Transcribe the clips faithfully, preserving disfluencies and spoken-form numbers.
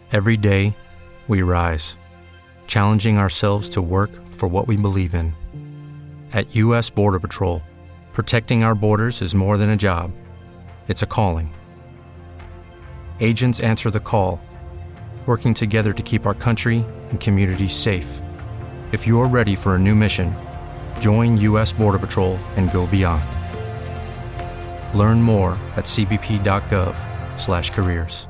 Every day, we rise, challenging ourselves to work for what we believe in. At U S Border Patrol, protecting our borders is more than a job. It's a calling. Agents answer the call, working together to keep our country and communities safe. If you're ready for a new mission, join U S Border Patrol and go beyond. Learn more at c b p dot gov slash careers.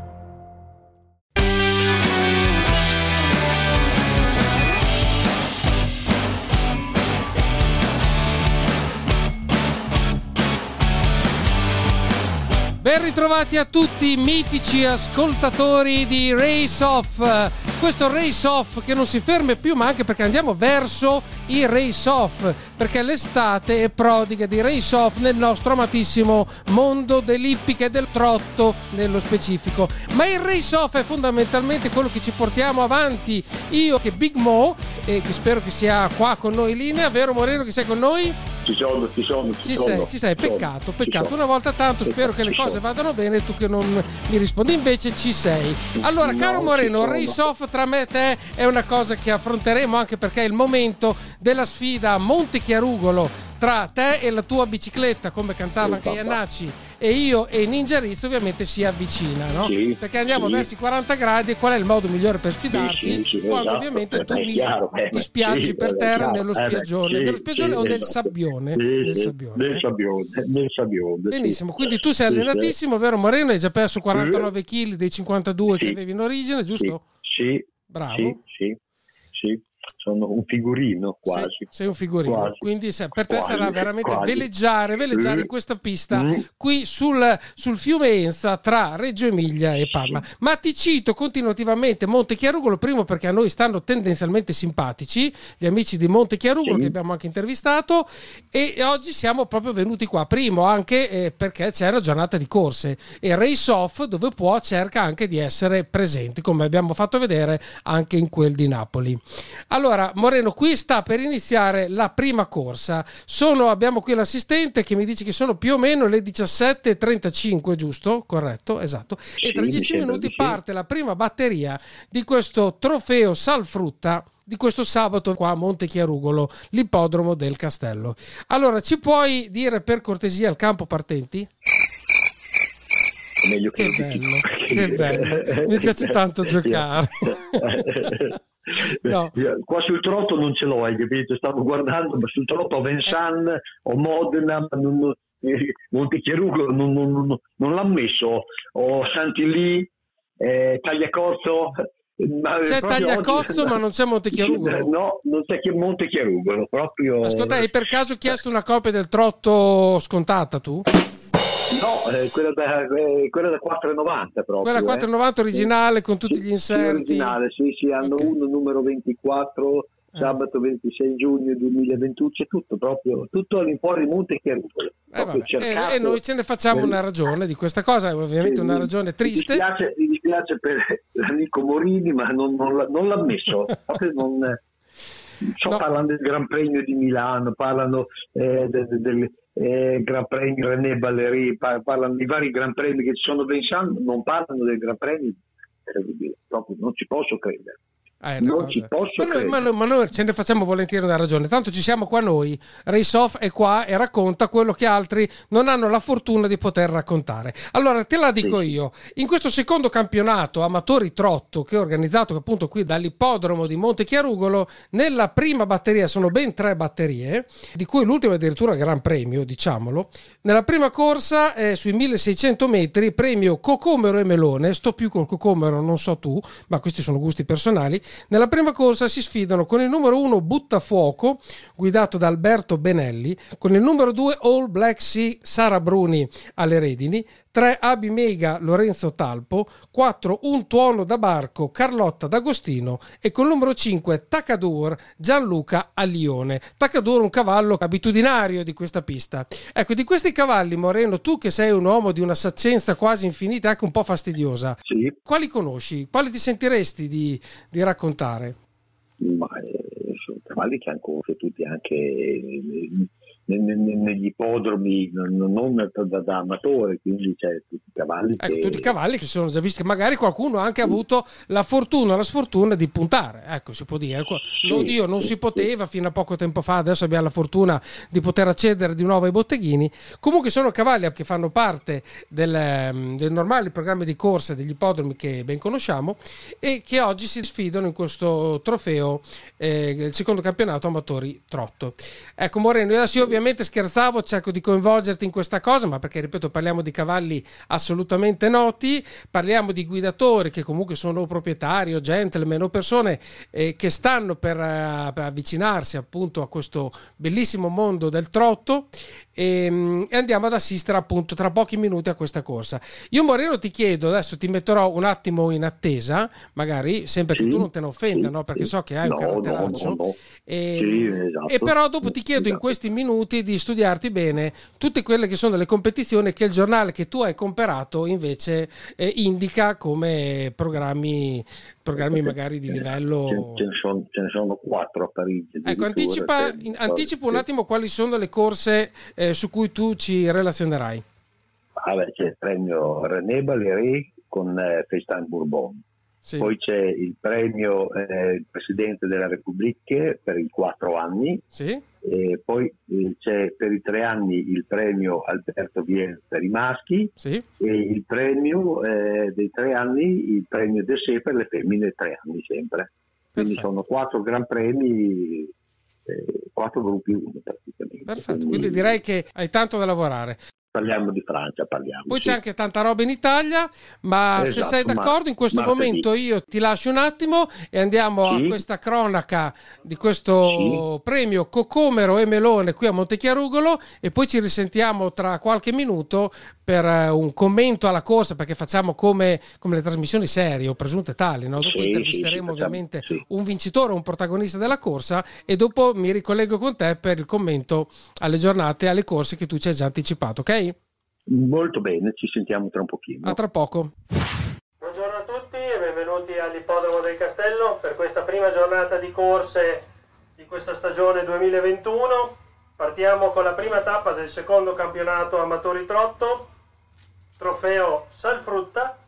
Ben ritrovati a tutti i mitici ascoltatori di Race Off. Questo Race Off che non si ferma più, ma anche perché andiamo verso il Race Off, perché l'estate è prodiga di Race Off nel nostro amatissimo mondo dell'ippica e del trotto nello specifico. Ma il Race Off è fondamentalmente quello che ci portiamo avanti io che Big Mo, e che spero che sia qua con noi in linea, vero Moreno che sei con noi? Ci sono, ci sono, ci, ci sono, sei, ci sei, peccato, ci peccato. sono. Una volta tanto Peccato, spero che le cose sono. vadano bene, tu che non mi rispondi, invece ci sei. Allora, No, caro Moreno, ci Race sono. Off tra me e te è una cosa che affronteremo, anche perché è il momento della sfida a Monte Chiarugolo tra te e la tua bicicletta, come cantava anche Esatto. Iannacci, e io e Ninja Riz ovviamente si avvicina, no? Sì, Perché andiamo sì. verso i quaranta gradi, e qual è il modo migliore per sfidarti? Sì, sì, sì, Quando esatto. ovviamente Eh, tu beh, mi, chiaro, eh, ti spiaggi sì, per eh, terra chiaro. nello Eh, beh, spiaggione, sì, nello spiaggione sì, o nel esatto. sabbione? Sì, nel sì, sabbione. nel sabbione, nel sabbione, sì. Benissimo, quindi tu sei Sì, allenatissimo, vero Moreno? Hai già perso quarantanove chili dei cinquantadue sì. che avevi in origine, giusto? Sì, Bravo. sì, sì, sì. Sono un figurino quasi. Sei, sei un figurino, Quasi. quindi se- per te Quasi, sarà veramente quasi. veleggiare, veleggiare Mm. in questa pista Mm. qui sul, sul fiume Enza tra Reggio Emilia e Parma. Ma ti cito continuativamente Monte Chiarugolo, primo perché a noi stanno tendenzialmente simpatici gli amici di Monte Chiarugolo, Sì. che abbiamo anche intervistato, e oggi siamo proprio venuti qua, primo anche eh, perché c'è una giornata di corse e Race Off, dove può, cerca anche di essere presenti, come abbiamo fatto vedere anche in quel di Napoli. Allora Moreno, qui sta per iniziare la prima corsa. Sono, abbiamo qui l'assistente che mi dice che sono più o meno le diciassette e trentacinque, giusto? Corretto, esatto. Sì, E tra mi dieci sembra minuti di sì. parte la prima batteria di questo trofeo Salfrutta di questo sabato qua a Monte Chiarugolo, l'ippodromo del Castello. Allora, ci puoi dire per cortesia il campo partenti? È meglio che, Che lo dici bello, tu. che bello. Mi piace tanto giocare. No. Io qua sul trotto non ce l'ho, hai capito? Stavo guardando, ma sul trotto ho Vincennes, ho Modena, ma non, eh, Monte Chiarugolo non, non, non, non l'ha messo, ho Santilly, eh, Tagliacozzo. Ma C'è proprio Tagliacozzo, oggi... ma non c'è Monte Chiarugolo. No, non c'è che Monte Chiarugolo, proprio. Ascolta, hai per caso chiesto una copia del trotto scontata tu? No, eh, quella da eh, quella da quattro e novanta proprio. Quella quattro e novanta eh. originale con tutti Sì, gli inserti. Sì, originale, sì, sì, hanno Ok. uno numero ventiquattro, sabato ventisei giugno duemilaventuno, c'è tutto proprio, tutto all'infuori di Monte Chiarugolo. Eh, vabbè. cercato... e, e noi ce ne facciamo una ragione di questa cosa, è ovviamente Sì, una ragione triste. Mi dispiace, mi dispiace per l'amico Morini, ma non, non, l'ha, non l'ha messo. Proprio non... So, No. parlano del Gran Premio di Milano, parlano eh, del, del eh, Gran Premio René Ballery, par- parlano di vari Gran Premi che ci sono pensando, non parlano del Gran Premio, proprio non ci posso credere. Eh, no, non ci posso ma, noi, credere. ma, noi, ma noi ce ne facciamo volentieri una ragione, tanto ci siamo qua noi. Race Off è qua e racconta quello che altri non hanno la fortuna di poter raccontare. Allora te la dico sì. io, in questo secondo campionato amatori trotto che ho organizzato appunto qui dall'ippodromo di Monte Chiarugolo, nella prima batteria sono ben tre batterie, di cui l'ultima è addirittura Gran Premio, diciamolo. Nella prima corsa eh, sui milleseicento metri, premio cocomero e melone, sto più col cocomero, non so tu, ma questi sono gusti personali. Nella prima corsa si sfidano con il numero uno Buttafuoco, guidato da Alberto Benelli, con il numero due All Black Sea Sara Bruni alle redini, tre Abi Mega Lorenzo Talpo, quattro Un Tuono da Barco Carlotta D'Agostino e con il numero cinque Tacadur Gianluca Allione. Tacadur, un cavallo abitudinario di questa pista. Ecco, di questi cavalli, Moreno, tu che sei un uomo di una saccenza quasi infinita e anche un po' fastidiosa, Sì. quali conosci? Quali ti sentiresti di, di raccontare? Ma eh, sono cavalli che hanno corso tutti anche eh, negli ippodromi non, non da, da amatore, quindi c'è tutti i cavalli ecco, che... tutti i cavalli che si sono già visti, che magari qualcuno ha anche avuto la fortuna o la sfortuna di puntare, ecco, si può dire. Sì, non, io non sì, si poteva sì. Fino a poco tempo fa, adesso abbiamo la fortuna di poter accedere di nuovo ai botteghini. Comunque sono cavalli che fanno parte del, del normale programma di corsa degli ippodromi che ben conosciamo e che oggi si sfidano in questo trofeo, eh, il secondo campionato amatori trotto. Ecco Moreno, io adesso io ovviamente scherzavo, cerco di coinvolgerti in questa cosa, ma perché ripeto parliamo di cavalli assolutamente noti, parliamo di guidatori che comunque sono proprietari o gentleman o persone eh, che stanno per, uh, per avvicinarsi appunto a questo bellissimo mondo del trotto e, um, e andiamo ad assistere appunto tra pochi minuti a questa corsa. Io Moreno ti chiedo, adesso ti metterò un attimo in attesa, magari sempre sì, che tu non te ne offenda, sì, no? Perché sì. So che hai no, un caratteraccio no, no, no. E, sì, esatto. E però dopo ti chiedo esatto. in questi minuti di studiarti bene tutte quelle che sono le competizioni che il giornale che tu hai comperato invece eh, indica come programmi programmi magari di livello ce, ce, ne sono, ce ne sono quattro a Parigi. Ecco, anticipa, in, anticipa un attimo quali sono le corse eh, su cui tu ci relazionerai. Ah, beh, c'è il premio René Ballery con eh, Festin Bourbon. Sì. Poi c'è il premio eh, Presidente della Repubblica per i quattro anni, sì. E poi eh, c'è per i tre anni il premio Alberto Viel per i maschi, sì. E il premio eh, dei tre anni, il premio De Sé per le femmine, tre anni sempre. Quindi perfetto. Sono quattro gran premi, eh, quattro gruppi uno praticamente. Perfetto, quindi, quindi direi che hai tanto da lavorare. Parliamo di Francia, parliamo. Poi sì. c'è anche tanta roba in Italia, ma esatto, se sei d'accordo in questo martedì. Momento io ti lascio un attimo e andiamo sì. a questa cronaca di questo sì. premio Cocomero e Melone qui a Montechiarugolo e poi ci risentiamo tra qualche minuto per un commento alla corsa, perché facciamo come, come le trasmissioni serie o presunte tali, no? Dopo sì, intervisteremo sì, ovviamente sì. un vincitore, un protagonista della corsa e dopo mi ricollego con te per il commento alle giornate, alle corse che tu ci hai già anticipato, ok? Molto bene, ci sentiamo tra un pochino. A tra poco. Buongiorno a tutti e benvenuti all'Ippodromo del Castello per questa prima giornata di corse di questa stagione duemilaventuno. Partiamo con la prima tappa del secondo campionato amatori trotto, trofeo Salfrutta.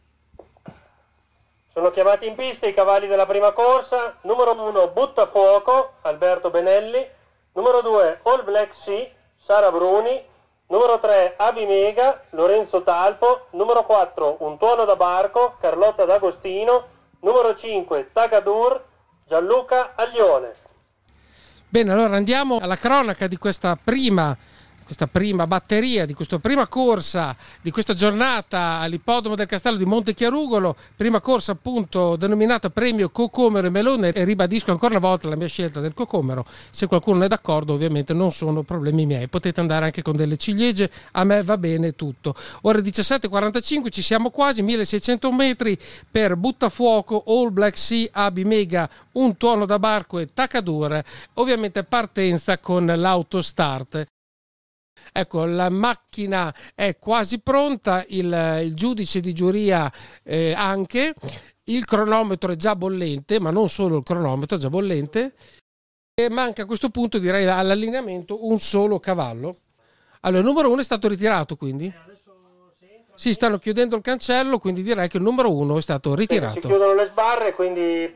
Sono chiamati in pista i cavalli della prima corsa: numero uno Buttafuoco, Alberto Benelli; numero due All Black Sea, Sara Bruni; numero tre Abimega, Lorenzo Talpo; numero quattro Un tuono da barco, Carlotta D'Agostino; numero cinque Tagadur, Gianluca Aglione. Bene, allora andiamo alla cronaca di questa prima questa prima batteria, di questa prima corsa di questa giornata all'Ippodromo del Castello di Montechiarugolo, prima corsa appunto denominata premio Cocomero e Melone, e ribadisco ancora una volta la mia scelta del Cocomero. Se qualcuno non è d'accordo ovviamente non sono problemi miei, potete andare anche con delle ciliegie, a me va bene tutto. Ore diciassette e quarantacinque, ci siamo quasi, milleseicento metri per Buttafuoco, All Black Sea, Abimega, Un tuono da barco e Tacadur, ovviamente partenza con l'autostart. Ecco, la macchina è quasi pronta, il, il giudice di giuria eh, anche, il cronometro è già bollente, ma non solo il cronometro è già bollente, e manca a questo punto, direi, all'allineamento un solo cavallo. Allora, il numero uno è stato ritirato, quindi? Si stanno chiudendo il cancello, quindi direi che il numero uno è stato ritirato. Si chiudono le sbarre, quindi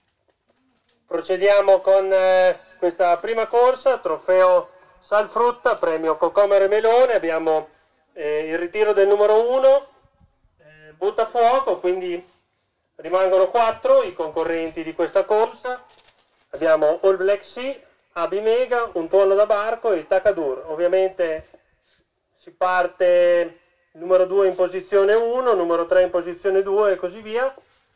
procediamo con eh, questa prima corsa, trofeo Salfrutta, premio Cocomero e Melone. Abbiamo eh, il ritiro del numero uno, eh, Buttafuoco, quindi rimangono quattro i concorrenti di questa corsa. Abbiamo All Black Sea, Abimega, Un tuono da barco e Tacadur. Ovviamente si parte il numero due in posizione uno, numero tre in posizione due e così via.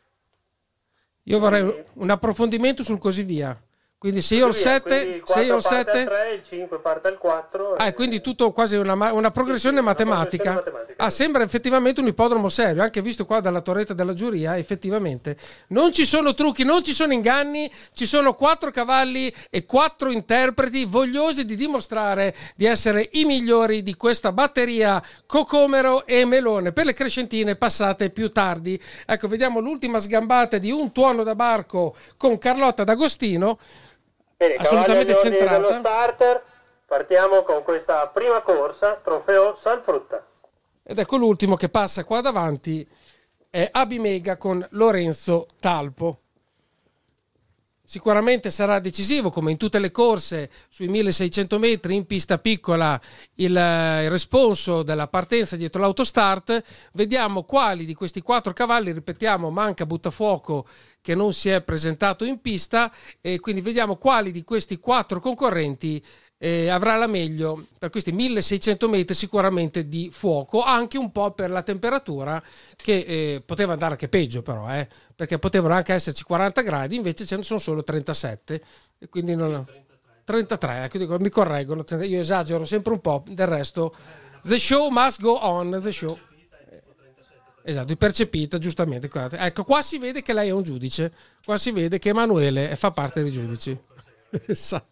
Io vorrei un approfondimento sul così via. Quindi se io ho il sette, se io ho il sette, il tre, il cinque parte al quattro. Ah, e quindi tutto quasi una, una progressione sì, matematica. Una progressione matematica. Ah, sembra effettivamente un ippodromo serio, anche visto qua dalla torretta della giuria, effettivamente. Non ci sono trucchi, non ci sono inganni, ci sono quattro cavalli e quattro interpreti vogliosi di dimostrare di essere i migliori di questa batteria Cocomero e Melone per le crescentine passate più tardi. Ecco, vediamo l'ultima sgambata di Un tuono da barco con Carlotta D'Agostino. Bene, assolutamente centrata. Starter, Partiamo con questa prima corsa, trofeo Salfrutta. Ed ecco l'ultimo che passa qua davanti, è Abimega con Lorenzo Talpo. Sicuramente sarà decisivo, come in tutte le corse sui milleseicento metri in pista piccola, il, il responso della partenza dietro l'autostart. Vediamo quali di questi quattro cavalli, ripetiamo, manca Buttafuoco che non si è presentato in pista, e quindi vediamo quali di questi quattro concorrenti eh, avrà la meglio per questi milleseicento metri, sicuramente di fuoco, anche un po' per la temperatura, che eh, poteva andare anche peggio però, eh, perché potevano anche esserci quaranta gradi, invece ce ne sono solo trentasette, e quindi non... trentatré, quindi mi correggono, io esagero sempre un po', del resto the show must go on, the show. Esatto, percepita giustamente. Ecco, qua si vede che lei è un giudice, qua si vede che Emanuele fa parte dei giudici. Esatto.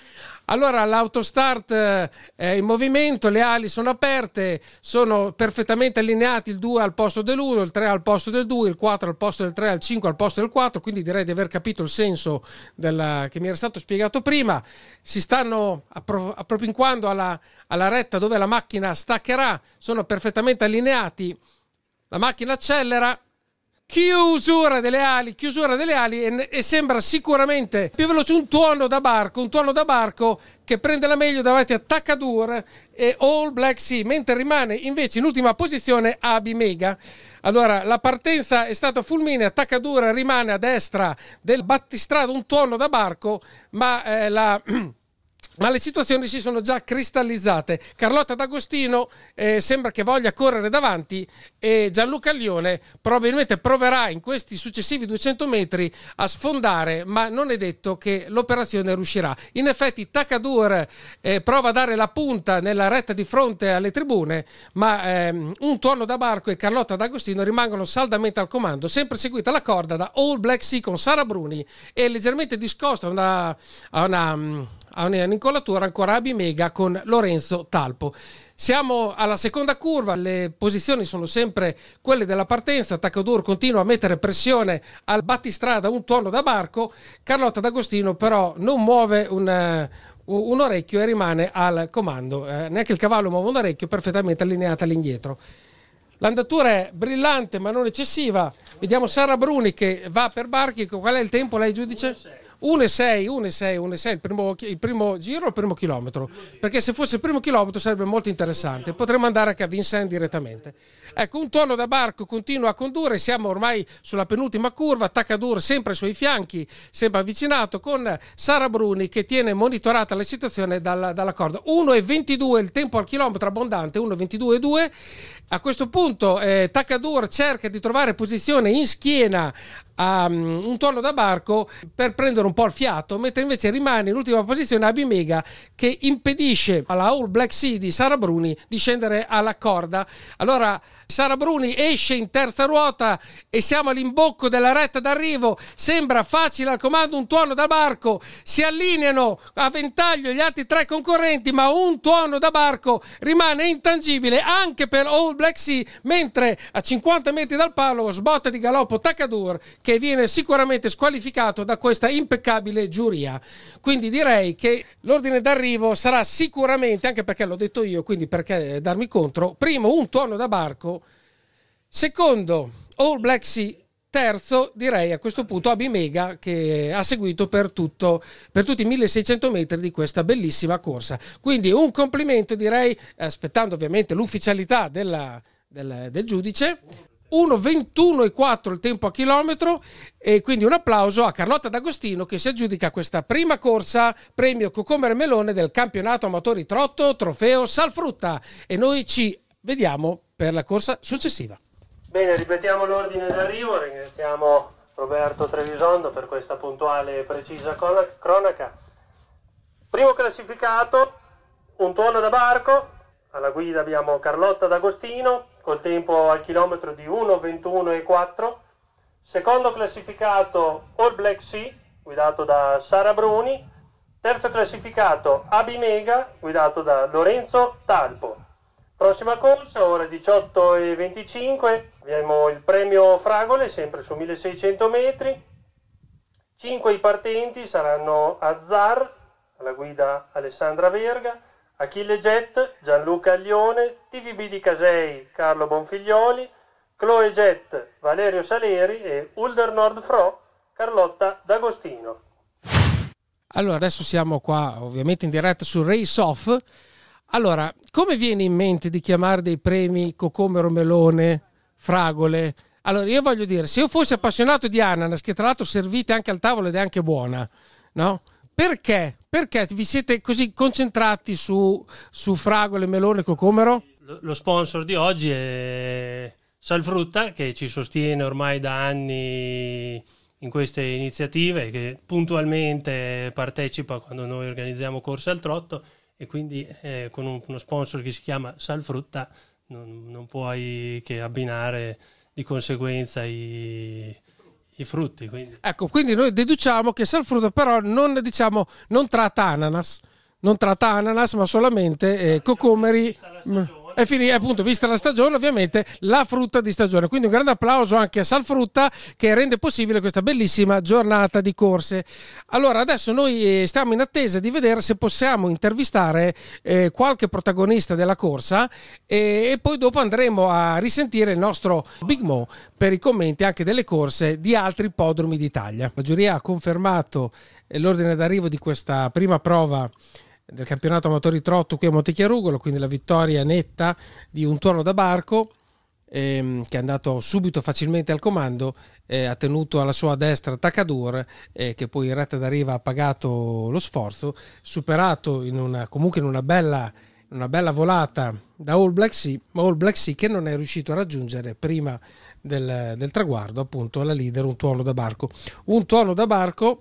Allora l'autostart è in movimento, le ali sono aperte, sono perfettamente allineati, il due al posto dell'uno, il tre al posto del due, il quattro al posto del tre, il cinque al posto del quattro, quindi direi di aver capito il senso della, che mi era stato spiegato prima. Si stanno appro- appropinquando alla, alla retta dove la macchina staccherà, sono perfettamente allineati, la macchina accelera, chiusura delle ali, chiusura delle ali e, e sembra sicuramente più veloce un tuono da barco, un tuono da barco che prende la meglio davanti a Tacadur e All Black Sea, mentre rimane invece in ultima posizione Abimega. Allora la partenza è stata fulminea, Tacadur rimane a destra del battistrada, un tuono da barco, ma eh, la... Ma le situazioni si sono già cristallizzate. Carlotta D'Agostino eh, sembra che voglia correre davanti e Gianluca Lione probabilmente proverà in questi successivi duecento metri a sfondare, ma non è detto che l'operazione riuscirà. In effetti Tacadur eh, prova a dare la punta nella retta di fronte alle tribune, ma ehm, un tuono da barco e Carlotta D'Agostino rimangono saldamente al comando, sempre seguita la corda da All Black Sea con Sara Bruni e leggermente discosta una, a una... a un'incolatura ancora Abimega con Lorenzo Talpo. Siamo alla seconda curva, le posizioni sono sempre quelle della partenza, Tacadur continua a mettere pressione al battistrada, un tuono da barco, Carlotta D'Agostino però non muove un, un orecchio e rimane al comando, eh, neanche il cavallo muove un orecchio, perfettamente allineata all'indietro. L'andatura è brillante ma non eccessiva, vediamo Sara Bruni che va per barchi, qual è il tempo lei giudice? uno e sei, uno e sei, uno e sei il primo, il primo giro o il primo chilometro? Perché se fosse il primo chilometro sarebbe molto interessante, potremmo andare anche a Vincennes direttamente. Ecco, un tuono da barco continua a condurre, siamo ormai sulla penultima curva, Tacadur sempre ai suoi fianchi, sempre avvicinato, con Sara Bruni che tiene monitorata la situazione dalla, dalla corda. uno e ventidue il tempo al chilometro abbondante, uno e ventidue e due. A questo punto eh, Tacadur cerca di trovare posizione in schiena a um, un tuono da barco per prendere un po' il fiato, mentre invece rimane in ultima posizione Abimega che impedisce alla All Black Sea di Sara Bruni di scendere alla corda. Allora Sara Bruni esce in terza ruota e siamo all'imbocco della retta d'arrivo, sembra facile al comando un tuono da barco, si allineano a ventaglio gli altri tre concorrenti, ma un tuono da barco rimane intangibile anche per All Black Sea, mentre a cinquanta metri dal palo sbotta di galoppo Tacadur che viene sicuramente squalificato da questa impeccabile giuria. Quindi direi che l'ordine d'arrivo sarà sicuramente, anche perché l'ho detto io, quindi perché darmi contro, primo un tuono da barco, secondo All Black Sea, terzo direi a questo punto Abimega che ha seguito per, tutto, per tutti i milleseicento metri di questa bellissima corsa. Quindi un complimento direi, aspettando ovviamente l'ufficialità della, del, del giudice. uno ventuno e quattro il tempo a chilometro e quindi un applauso a Carlotta D'Agostino che si aggiudica questa prima corsa premio Cocomero e Melone del campionato amatori trotto trofeo Salfrutta e noi ci vediamo per la corsa successiva. Bene, ripetiamo l'ordine d'arrivo, ringraziamo Roberto Trevisondo per questa puntuale e precisa cronaca. Primo classificato, un tuono da barco, alla guida abbiamo Carlotta D'Agostino col tempo al chilometro di uno ventuno e quattro. Secondo classificato All Black Sea, guidato da Sara Bruni. Terzo classificato Abimega, guidato da Lorenzo Talpo. Prossima corsa, ore diciotto e venticinque, abbiamo il premio Fragole, sempre su milleseicento metri. Cinque i partenti saranno Azzar, alla guida Alessandra Verga, Achille Jet, Gianluca Aglione, T V B di Casei, Carlo Bonfiglioli, Chloe Jet, Valerio Saleri e Ulder Nordfro, Carlotta D'Agostino. Allora, adesso siamo qua ovviamente in diretta su Race Off. Allora, come viene in mente di chiamare dei premi cocomero, melone, fragole? Allora, io voglio dire, se io fossi appassionato di ananas, che tra l'altro servite anche al tavolo ed è anche buona, no? Perché? Perché vi siete così concentrati su, su fragole, melone, cocomero? Lo sponsor di oggi è Salfrutta, che ci sostiene ormai da anni in queste iniziative, che puntualmente partecipa quando noi organizziamo corse al trotto, e quindi eh, con un, uno sponsor che si chiama Salfrutta non, non puoi che abbinare di conseguenza i... i frutti, quindi. Ecco, quindi noi deduciamo che Salfrutta però non, diciamo, non tratta ananas, non tratta ananas, ma solamente eh, cocomeri. E finì, appunto, vista la stagione, ovviamente la frutta di stagione. Quindi un grande applauso anche a Salfrutta, che rende possibile questa bellissima giornata di corse. Allora, adesso noi stiamo in attesa di vedere se possiamo intervistare eh, qualche protagonista della corsa, e, e poi dopo andremo a risentire il nostro Big Mo per i commenti anche delle corse di altri ippodromi d'Italia. La giuria ha confermato l'ordine d'arrivo di questa prima prova del campionato amatori trotto qui a Montechiarugolo, quindi la vittoria netta di Un Tuono da Barco, ehm, che è andato subito facilmente al comando, eh, ha tenuto alla sua destra Tacadur, eh, che poi in retta d'arriva ha pagato lo sforzo, superato in una, comunque in una bella, una bella volata da All Black Sea, ma All Black Sea che non è riuscito a raggiungere prima del, del traguardo appunto la leader Un Tuono da Barco. Un Tuono da Barco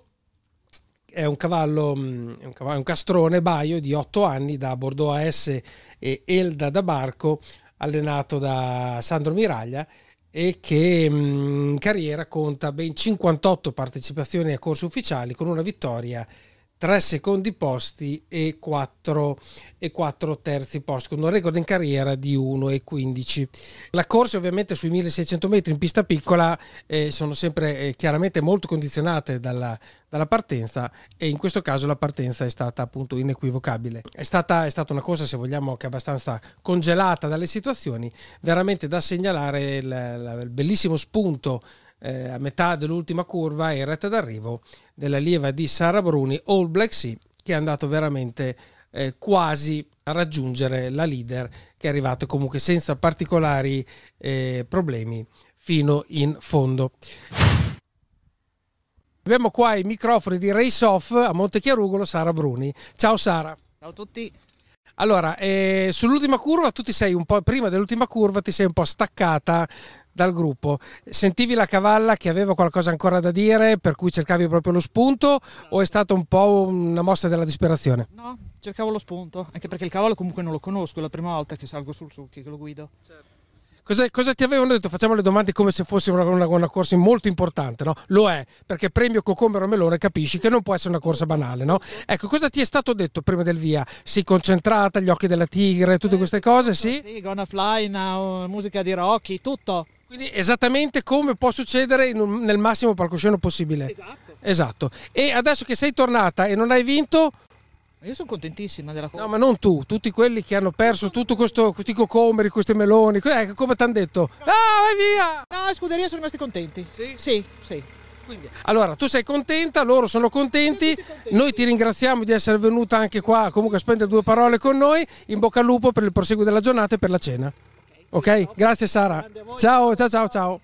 è un cavallo, è un, cavallo, un castrone baio di otto anni da Bordeaux A S e Elda da Barco, allenato da Sandro Miraglia, e che in carriera conta ben cinquantotto partecipazioni a corse ufficiali, con una vittoria, tre secondi posti e quattro, e quattro terzi posti, con un record in carriera di uno e quindici. La corsa ovviamente sui milleseicento metri in pista piccola eh, sono sempre eh, chiaramente molto condizionate dalla, dalla partenza, e in questo caso la partenza è stata appunto inequivocabile. È stata, è stata una corsa, se vogliamo, anche abbastanza congelata dalle situazioni, veramente da segnalare il, il, il bellissimo spunto Eh, a metà dell'ultima curva e in retta d'arrivo della lieva di Sara Bruni, All Black Sea, che è andato veramente eh, quasi a raggiungere la leader, che è arrivato comunque senza particolari eh, problemi fino in fondo. Abbiamo qua i microfoni di Race Off a Montechiarugolo, Sara Bruni. Ciao Sara. Ciao a tutti. Allora, eh, sull'ultima curva tu ti sei un po', prima dell'ultima curva ti sei un po' staccata dal gruppo. Sentivi la cavalla che aveva qualcosa ancora da dire, per cui cercavi proprio lo spunto, o è stata un po' una mossa della disperazione? No, cercavo lo spunto, anche perché il cavallo comunque non lo conosco, è la prima volta che salgo sul Sulky, che lo guido. Certo. Cosa, cosa ti avevano detto? Facciamo le domande come se fosse una, una, una corsa molto importante, no? Lo è, perché premio cocomero melone capisci che non può essere una corsa banale, no? Ecco, cosa ti è stato detto prima del via? Sei concentrata, gli occhi della tigre, tutte queste cose, sì? Sì, Gonna Fly Now, musica di Rocky, tutto. Quindi esattamente come può succedere in un, nel massimo palcoscenico possibile. Esatto. Esatto. E adesso che sei tornata e non hai vinto... Io sono contentissima della corsa. No, ma non tu, tutti quelli che hanno perso tutto questo, questi cocomeri, questi meloni, eh, come ti hanno detto? Ah, vai via! No, in scuderia sono rimasti contenti. Sì? Sì, sì. Quindi, allora, tu sei contenta, loro sono contenti, noi ti ringraziamo di essere venuta anche qua, comunque a spendere due parole con noi, in bocca al lupo per il proseguo della giornata e per la cena. Ok? Grazie Sara. Ciao, ciao, ciao, ciao.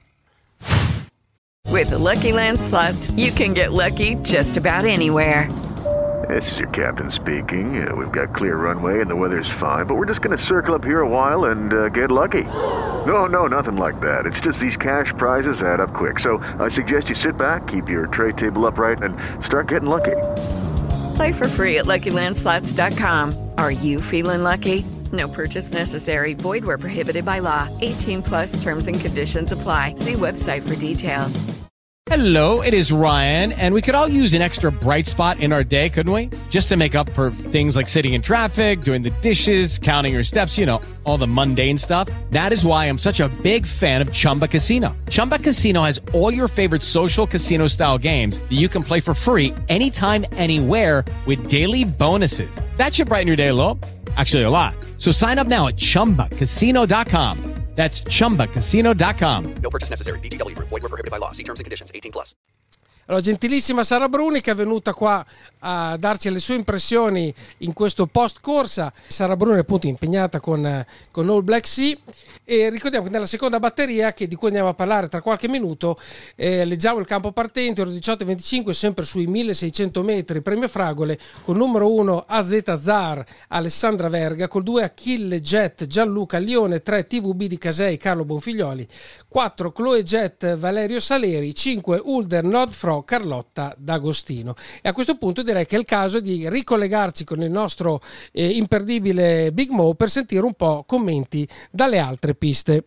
With the Lucky Land Slots, you can get lucky just about anywhere. This is your captain speaking. Uh, we've got clear runway and the weather's fine, but we're just going to circle up here a while and uh, get lucky. No, no, nothing like that. It's just these cash prizes add up quick. So I suggest you sit back, keep your tray table upright, and start getting lucky. Play for free at Lucky Land Slots dot com. Are you feeling lucky? No purchase necessary. Void where prohibited by law. eighteen plus terms and conditions apply. See website for details. Hello, it is Ryan, and we could all use an extra bright spot in our day, couldn't we? Just to make up for things like sitting in traffic, doing the dishes, counting your steps, you know, all the mundane stuff. That is why I'm such a big fan of Chumba Casino. Chumba Casino has all your favorite social casino-style games that you can play for free anytime, anywhere with daily bonuses. That should brighten your day a little. Actually, a lot. So sign up now at chumba casino dot com. That's chumba casino dot com. No purchase necessary. V G W Group. Void where prohibited by law. See terms and conditions. eighteen plus. Allora, gentilissima Sara Bruni, che è venuta qua a darci le sue impressioni in questo post corsa. Sara Bruni è appunto impegnata con, con All Black Sea, e ricordiamo che nella seconda batteria, che di cui andiamo a parlare tra qualche minuto, eh, leggiamo il campo partente ore diciotto e venticinque, sempre sui milleseicento metri premio Fragole, con numero uno A Z Zar Alessandra Verga, col due Achille Jet Gianluca Lione, tre T V B di Casei Carlo Bonfiglioli, quattro Chloe Jet Valerio Saleri, cinque Ulder Nodfro Carlotta D'Agostino. E a questo punto direi che è il caso di ricollegarci con il nostro eh, imperdibile Big Mo per sentire un po' commenti dalle altre piste.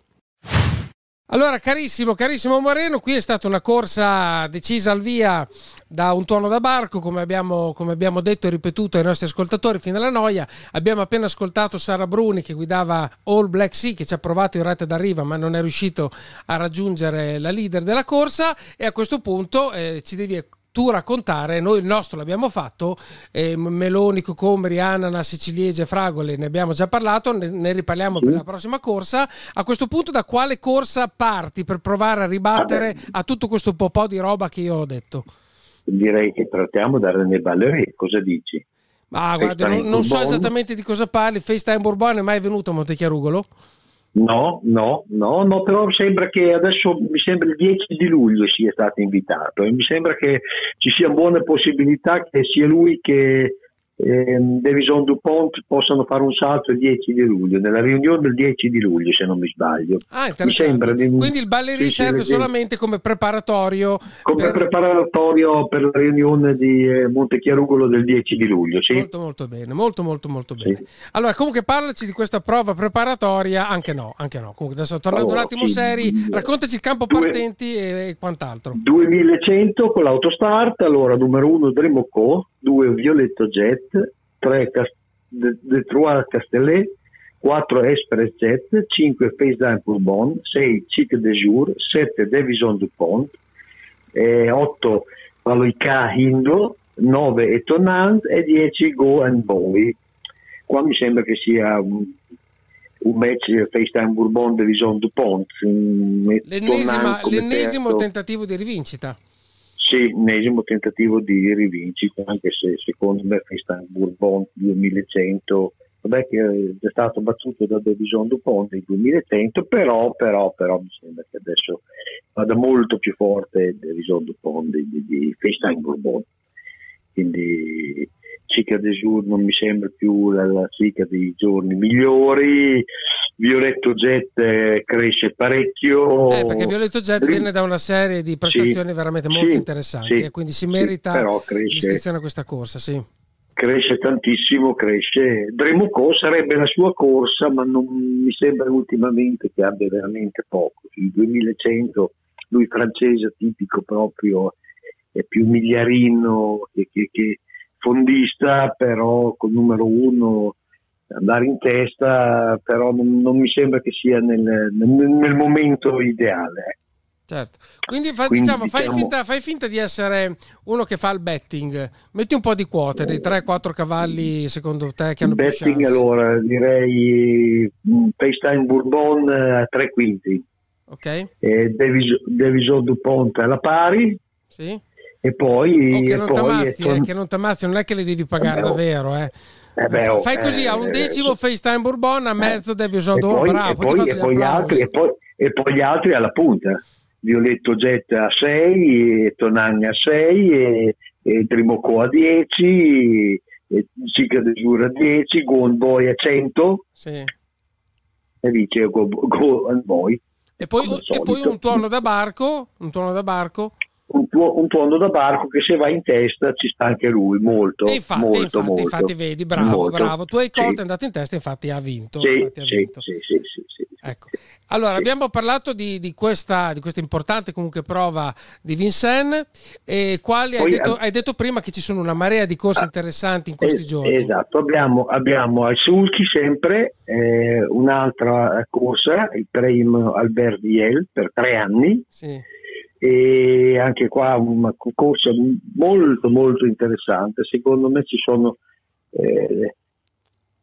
Allora, carissimo, carissimo Moreno, qui è stata una corsa decisa al via da un tuono da barco, come abbiamo, come abbiamo detto e ripetuto ai nostri ascoltatori fino alla noia. Abbiamo appena ascoltato Sara Bruni, che guidava All Black Sea, che ci ha provato in retta d'arriva ma non è riuscito a raggiungere la leader della corsa, e a questo punto eh, ci devi tu raccontare. Noi il nostro l'abbiamo fatto, eh, meloni, cocomeri, ananas, ciliegie, fragole, ne abbiamo già parlato, ne, ne riparliamo sì. per la prossima corsa. A questo punto da quale corsa parti per provare a ribattere Vabbè. a tutto questo po' di roba che io ho detto? Direi che trattiamo da René Ballery, cosa dici? Ma guarda, non, non so esattamente di cosa parli. FaceTime Bourbon è mai venuto a Montechiarugolo? No, no, no, no, però sembra che adesso, mi sembra il dieci di luglio sia stato invitato, e mi sembra che ci sia buone possibilità che sia lui che eh, Davison Dupont possano fare un salto il dieci di luglio, nella riunione del dieci di luglio, se non mi sbaglio. Ah, interessante. Mi di... Quindi il Ballery sì, serve sì, solamente come preparatorio come per... preparatorio per la riunione di eh, Montechiarugolo del dieci di luglio, sì. Molto molto bene, molto molto molto bene. Sì. Allora, comunque parlaci di questa prova preparatoria, anche no, anche no. Comunque adesso tornando allora, un attimo sì, seri, raccontaci il campo due, partenti e, e quant'altro. duemilacento con l'autostart, allora numero uno Dremocco, due Violetto Jet, tre Cast- De, De Trois Castellet, quattro Express Jet, cinque FaceTime Bourbon, sei Chic de Jour, sette Davison Dupont, eh, otto Aloika Indo, nove Etonant e dieci Go and Boy. Qua mi sembra che sia un, un match FaceTime Bourbon Davison Dupont. L'ennesima, l'ennesimo tentativo di rivincita. Sì, l'ennesimo tentativo di rivincita, anche se secondo me FaceTime Bourbon duemilacento, vabbè che è stato battuto da Davison Dupont nel duemilacento, però, però, però mi sembra che adesso vada molto più forte Davison Dupont di, di, di FaceTime Bourbon. Quindi Cica de Jour non mi sembra più la, la Cica dei giorni migliori. Violetto Jet eh, cresce parecchio, eh, perché Violetto Jet viene da una serie di prestazioni sì, veramente molto sì, interessanti, sì, e quindi si merita sì, l'iscrizione a questa corsa. Sì. Cresce tantissimo, cresce. Dremocco sarebbe la sua corsa, ma non mi sembra ultimamente che abbia veramente poco. Il duemilacento, lui francese tipico proprio, è più migliarino che, che, che fondista, però col numero uno andare in testa, però non, non mi sembra che sia nel, nel, nel momento ideale. Certo, quindi, fa, quindi diciamo, diciamo fai, finta, fai finta di essere uno che fa il betting, metti un po' di quote dei tre quattro cavalli secondo te che hanno più chance. Betting, allora direi FaceTime Bourbon a tre quinti, ok, eh, Davison Dupont alla pari, sì, e poi, oh, che non t'ammazzi, ton... eh, che non t'ammazzi, non è che li devi pagare eh, davvero, eh. Eh beh, oh, fai così, a un decimo eh, FaceTime Bourbon, a mezzo eh, Davison Dupont, bravo, e poi, e, poi altri, e, poi, e poi gli altri alla punta, Violetto Jet a sei, Tonagna a sei, e, e Dremocco a dieci, Cica de Jour a dieci, Go and Boy a cento, sì, e dice Go, Go and Boy. E poi, e poi un tuono da barco, un tuono da barco. Un, tuo, un tuono da barco che se va in testa ci sta anche lui molto, e infatti, molto, infatti, molto, infatti vedi, bravo, molto. bravo, tu hai colto, sì. è andato in testa, infatti ha vinto, sì, infatti ha sì, vinto. Sì, sì, sì, sì, ecco. Allora, sì. abbiamo parlato di, di, questa, di questa importante comunque prova di Vincennes, e quali Poi, hai, detto, hai detto prima che ci sono una marea di corse ah, interessanti in questi es, giorni. Esatto, abbiamo, abbiamo ai Sulchi sempre eh, un'altra corsa, il Premio Albert Viel per tre anni, sì. E anche qua una corsa molto molto interessante. Secondo me ci sono eh,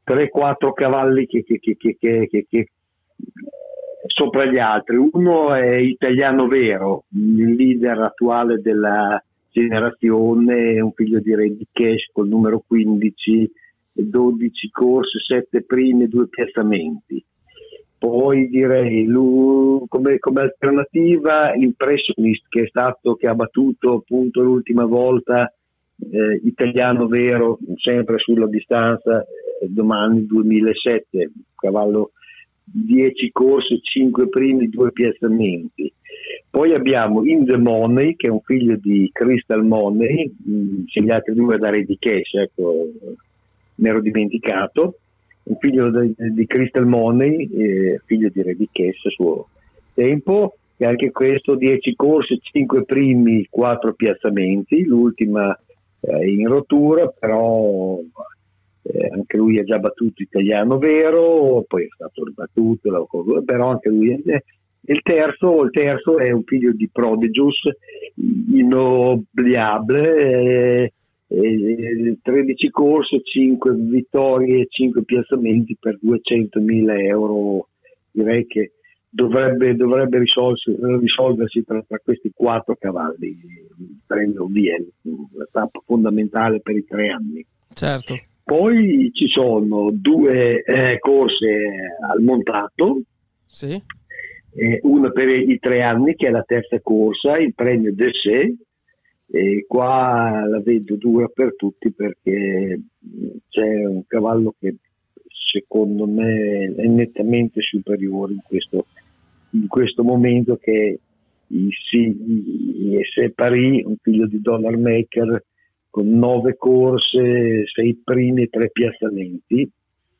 tre quattro cavalli che, che, che, che, che, che, che sopra gli altri. Uno è Italiano Vero, il leader attuale della generazione, un figlio di Re di Cash col numero quindici, dodici corse, sette primi, due piazzamenti. Poi direi lui, come, come alternativa Impressionist, che è stato, che ha battuto appunto l'ultima volta eh, Italiano Vero, sempre sulla distanza, eh, domani duemilasette, cavallo dieci corse, cinque primi, due piazzamenti. Poi abbiamo In The Money, che è un figlio di Crystal Money, mh, se gli altri due da Re di Cash, ecco, mi ero dimenticato, un figlio di, di Crystal Money, eh, figlio di Re di Cash a suo tempo, e anche questo dieci corse, cinque primi, quattro piazzamenti, l'ultima eh, in rottura, però eh, anche lui ha già battuto Italiano Vero, poi è stato ribattuto, però anche lui è, il terzo, il terzo è un figlio di Prodigious, Inoubliable, eh, eh, tredici corse, cinque vittorie, cinque piazzamenti per duecentomila euro. Direi che dovrebbe, dovrebbe risolversi, risolversi tra, tra questi quattro cavalli, il premio V L, la tappa fondamentale per i tre anni. Certo. Poi ci sono due eh, corse al montato, sì. Eh, una per i tre anni, che è la terza corsa, il premio de sé, e qua la vedo dura per tutti, perché c'è un cavallo che secondo me è nettamente superiore in questo, in questo momento, che è il S Paris, un figlio di Dollar Maker, con nove corse, sei primi e tre piazzamenti.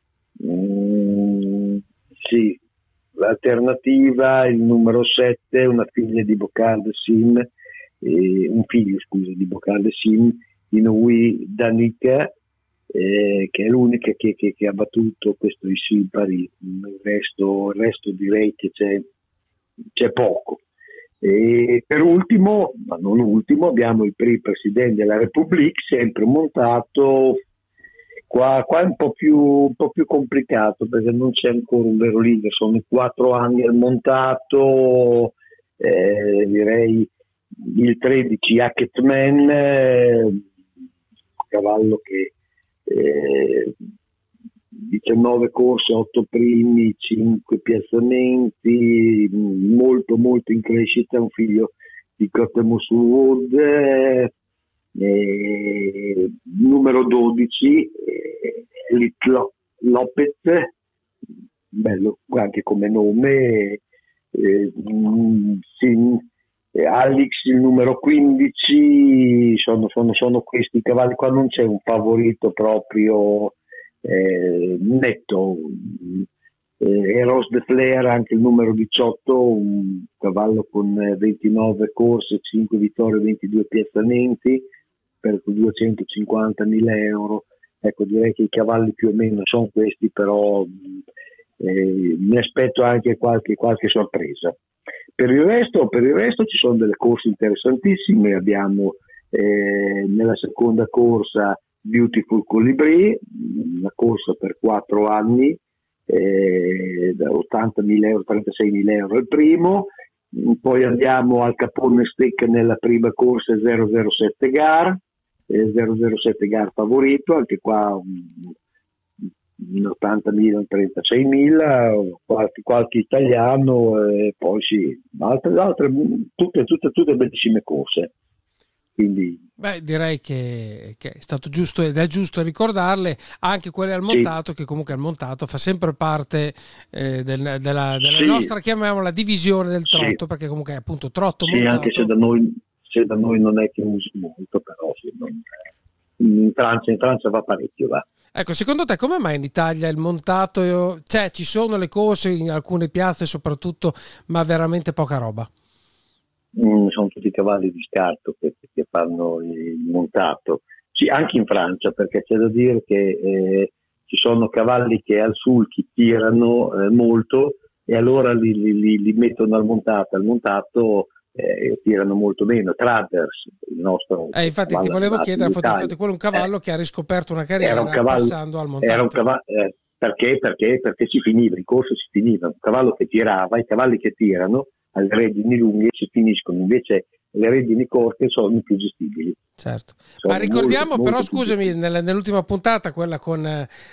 Mm, sì, l'alternativa, il numero sette, una figlia di Bocard Sim, eh, un figlio scusa di Bocard Sim, Inouï Danica, eh, che è l'unica che, che, che ha battuto questo Sim Paris. Il resto, il resto direi che c'è, c'è poco. E per ultimo, ma non ultimo, abbiamo il Prix Presidente della République, sempre montato. Qua, qua è un po' più un po' più complicato, perché non c'è ancora un vero leader, sono i quattro anni al montato, eh, direi il tredici Hacketman, eh, cavallo che eh, diciannove corse, otto primi, cinque piazzamenti, molto molto in crescita, un figlio di Cottemos Wood, eh, Eh, numero dodici, eh, Lopez, bello anche come nome, eh, sì, eh, Alex il numero quindici, sono, sono, sono questi cavalli qua, non c'è un favorito proprio eh, netto. eh, Eros de Flair, anche il numero diciotto, un cavallo con ventinove corse, cinque vittorie, ventidue piazzamenti per duecentocinquantamila euro. Ecco, direi che i cavalli più o meno sono questi, però eh, mi aspetto anche qualche, qualche sorpresa. Per il resto, per il resto ci sono delle corse interessantissime. Abbiamo eh, nella seconda corsa Beautiful Colibri, una corsa per quattro anni, eh, da ottantamila euro, trentaseimila euro il primo. Poi andiamo al Capone Stick nella prima corsa, zero zero sette Gar, eh, zero zero sette Gar favorito, anche qua un, un ottantamila, un trentaseimila, qualche, qualche italiano, e eh, poi sì, altre, altre tutte, tutte, tutte bellissime corse. Quindi, beh, direi che, che è stato giusto ed è giusto ricordarle, anche quelle al montato, sì, che comunque al montato fa sempre parte eh, del, della, della sì. nostra, chiamiamola, divisione del trotto, sì, perché comunque è appunto trotto sì, montato. Anche se da noi, se da noi non è che usi molto, però sì, non, in, Francia, in Francia va parecchio, va. Ecco, secondo te come mai in Italia il montato, cioè ci sono le corse in alcune piazze soprattutto, ma veramente poca roba? Mm, sono tutti cavalli di scarto che, che fanno il montato, sì, anche in Francia, perché c'è da dire che eh, ci sono cavalli che al sulchi tirano eh, molto, e allora li, li, li mettono al montato. Al montato eh, tirano molto meno. Travers, il nostro eh, infatti ti volevo chiedere, infatti quello è un cavallo eh, che ha riscoperto una carriera era un cavallo, passando al montato. Era un cavallo, eh, perché? perché? Perché si finiva, in corso si finiva, un cavallo che tirava, i cavalli che tirano alle redini lunghe si finiscono, invece le redini corte sono più gestibili. Certo, sono ma ricordiamo molto, però molto scusami nell- nell'ultima puntata, quella con,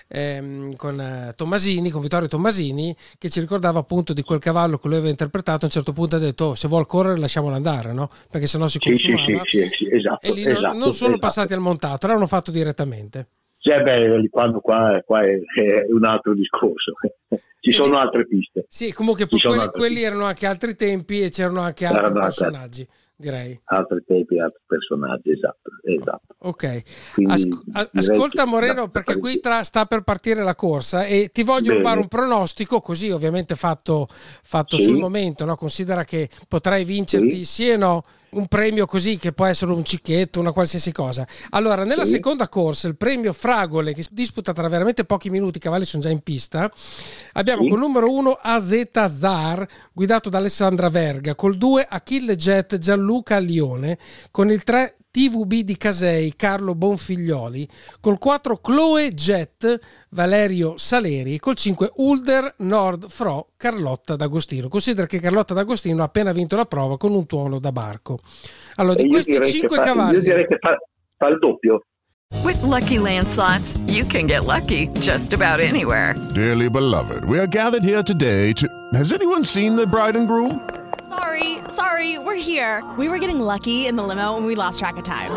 ehm, con eh, Tommasini, con Vittorio Tommasini, che ci ricordava appunto di quel cavallo che lui aveva interpretato. A un certo punto ha detto oh, se vuol correre lasciamolo andare, no? Perché sennò si consumava. Sì, sì, sì, sì, esatto, e lì esatto, non, non sono esatto. passati al montato, l'hanno fatto direttamente. Cioè, beh, quando qua, qua è, è un altro discorso. Ci sono Quindi, altre piste. Sì, comunque quelli, quelli erano anche altri tempi e c'erano anche altri erano personaggi, altri, direi. Altri tempi, altri personaggi, esatto. esatto. Ok. Asco- ascolta Moreno, perché qui tra, sta per partire la corsa e ti voglio Bene. rubare un pronostico, così ovviamente fatto, fatto sì. sul momento, no? Considera che potrai vincerti sì, sì e no un premio così che può essere un cicchetto, una qualsiasi cosa. Allora, nella sì. seconda corsa, il premio Fragole, che si disputa tra veramente pochi minuti, i cavalli sono già in pista, abbiamo sì. col numero uno A Z Zar, guidato da Alessandra Verga, col due Achille Jet Gianluca Lione, con il tre T V B di Casei Carlo Bonfiglioli, col quattro Chloe Jet Valerio Saleri, col cinque Ulder Nord Fro Carlotta D'Agostino. Considera che Carlotta D'Agostino ha appena vinto la prova con un tuono da barco. Allora, di questi cinque cavalli, io direi che fa, fa il doppio. With Lucky Land Slots, you can get lucky just about anywhere. Dearly beloved, we are gathered here today to... Has anyone seen the bride and groom? Sorry, sorry, we're here. We were getting lucky in the limo and we lost track of time.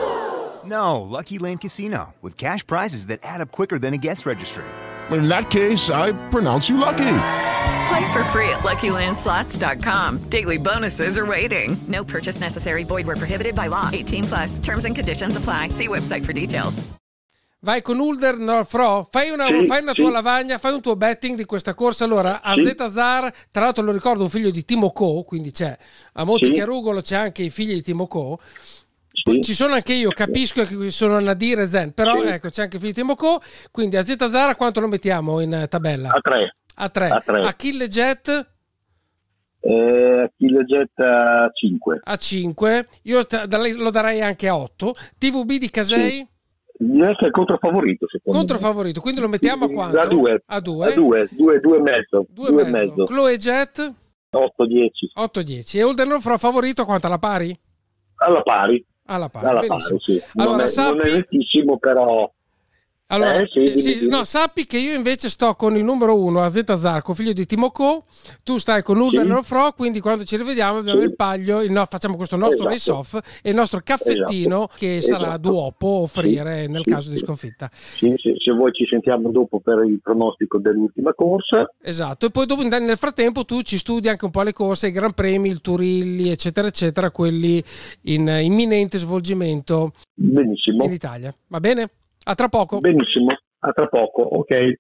No, Lucky Land Casino, with cash prizes that add up quicker than a guest registry. In that case, I pronounce you lucky. Play for free at Lucky Land Slots dot com. Daily bonuses are waiting. No purchase necessary. Void where prohibited by law. eighteen plus. Terms and conditions apply. See website for details. Vai con Ulder Norfro, fai una, sì, fai una sì. tua lavagna, fai un tuo betting di questa corsa. Allora, A Z Zar, tra l'altro lo ricordo, un figlio di Timo Co, quindi c'è a Montechiarugolo sì. c'è anche i figli di Timo Co. Sì. Ci sono anche io, capisco che sono Nadir e Zen, però sì. ecco, c'è anche il figlio di Timo Co, quindi A Z Zar quanto lo mettiamo in tabella? A tre. A tre. A tre. Achille Jet? Eh, Achille Jet a cinque. A cinque. Io lo darei anche a otto. T V B di Casei? Sì. È il controfavorito, secondo controfavorito, me. Quindi lo mettiamo a quanto? A due. A due? A due, due, due e mezzo. Due, due e mezzo. mezzo. Chloe Jet? otto dieci. otto dieci. E Olden Norfro favorito quanto? Alla pari? Alla pari. Alla pari, Alla benissimo. Pari, sì. Allora, non, è, sappi... non è nettissimo, però... Allora, eh, sì, sì, dimmi, dimmi. No, sappi che io invece sto con il numero uno A Z Zarco, figlio di Timo Co, tu stai con Ulder sì. Norfro, quindi quando ci rivediamo abbiamo sì. il paglio, il no, facciamo questo nostro esatto. race off e il nostro caffettino esatto. che sarà esatto. duopo offrire sì. nel sì. caso di sconfitta. Sì, sì, se voi ci sentiamo dopo per il pronostico dell'ultima corsa. Esatto, e poi dopo nel frattempo tu ci studi anche un po' le corse, i Gran Premi, il Turilli, eccetera, eccetera, quelli in imminente svolgimento Benissimo. in Italia. Va bene? A tra poco. Benissimo. A tra poco, ok.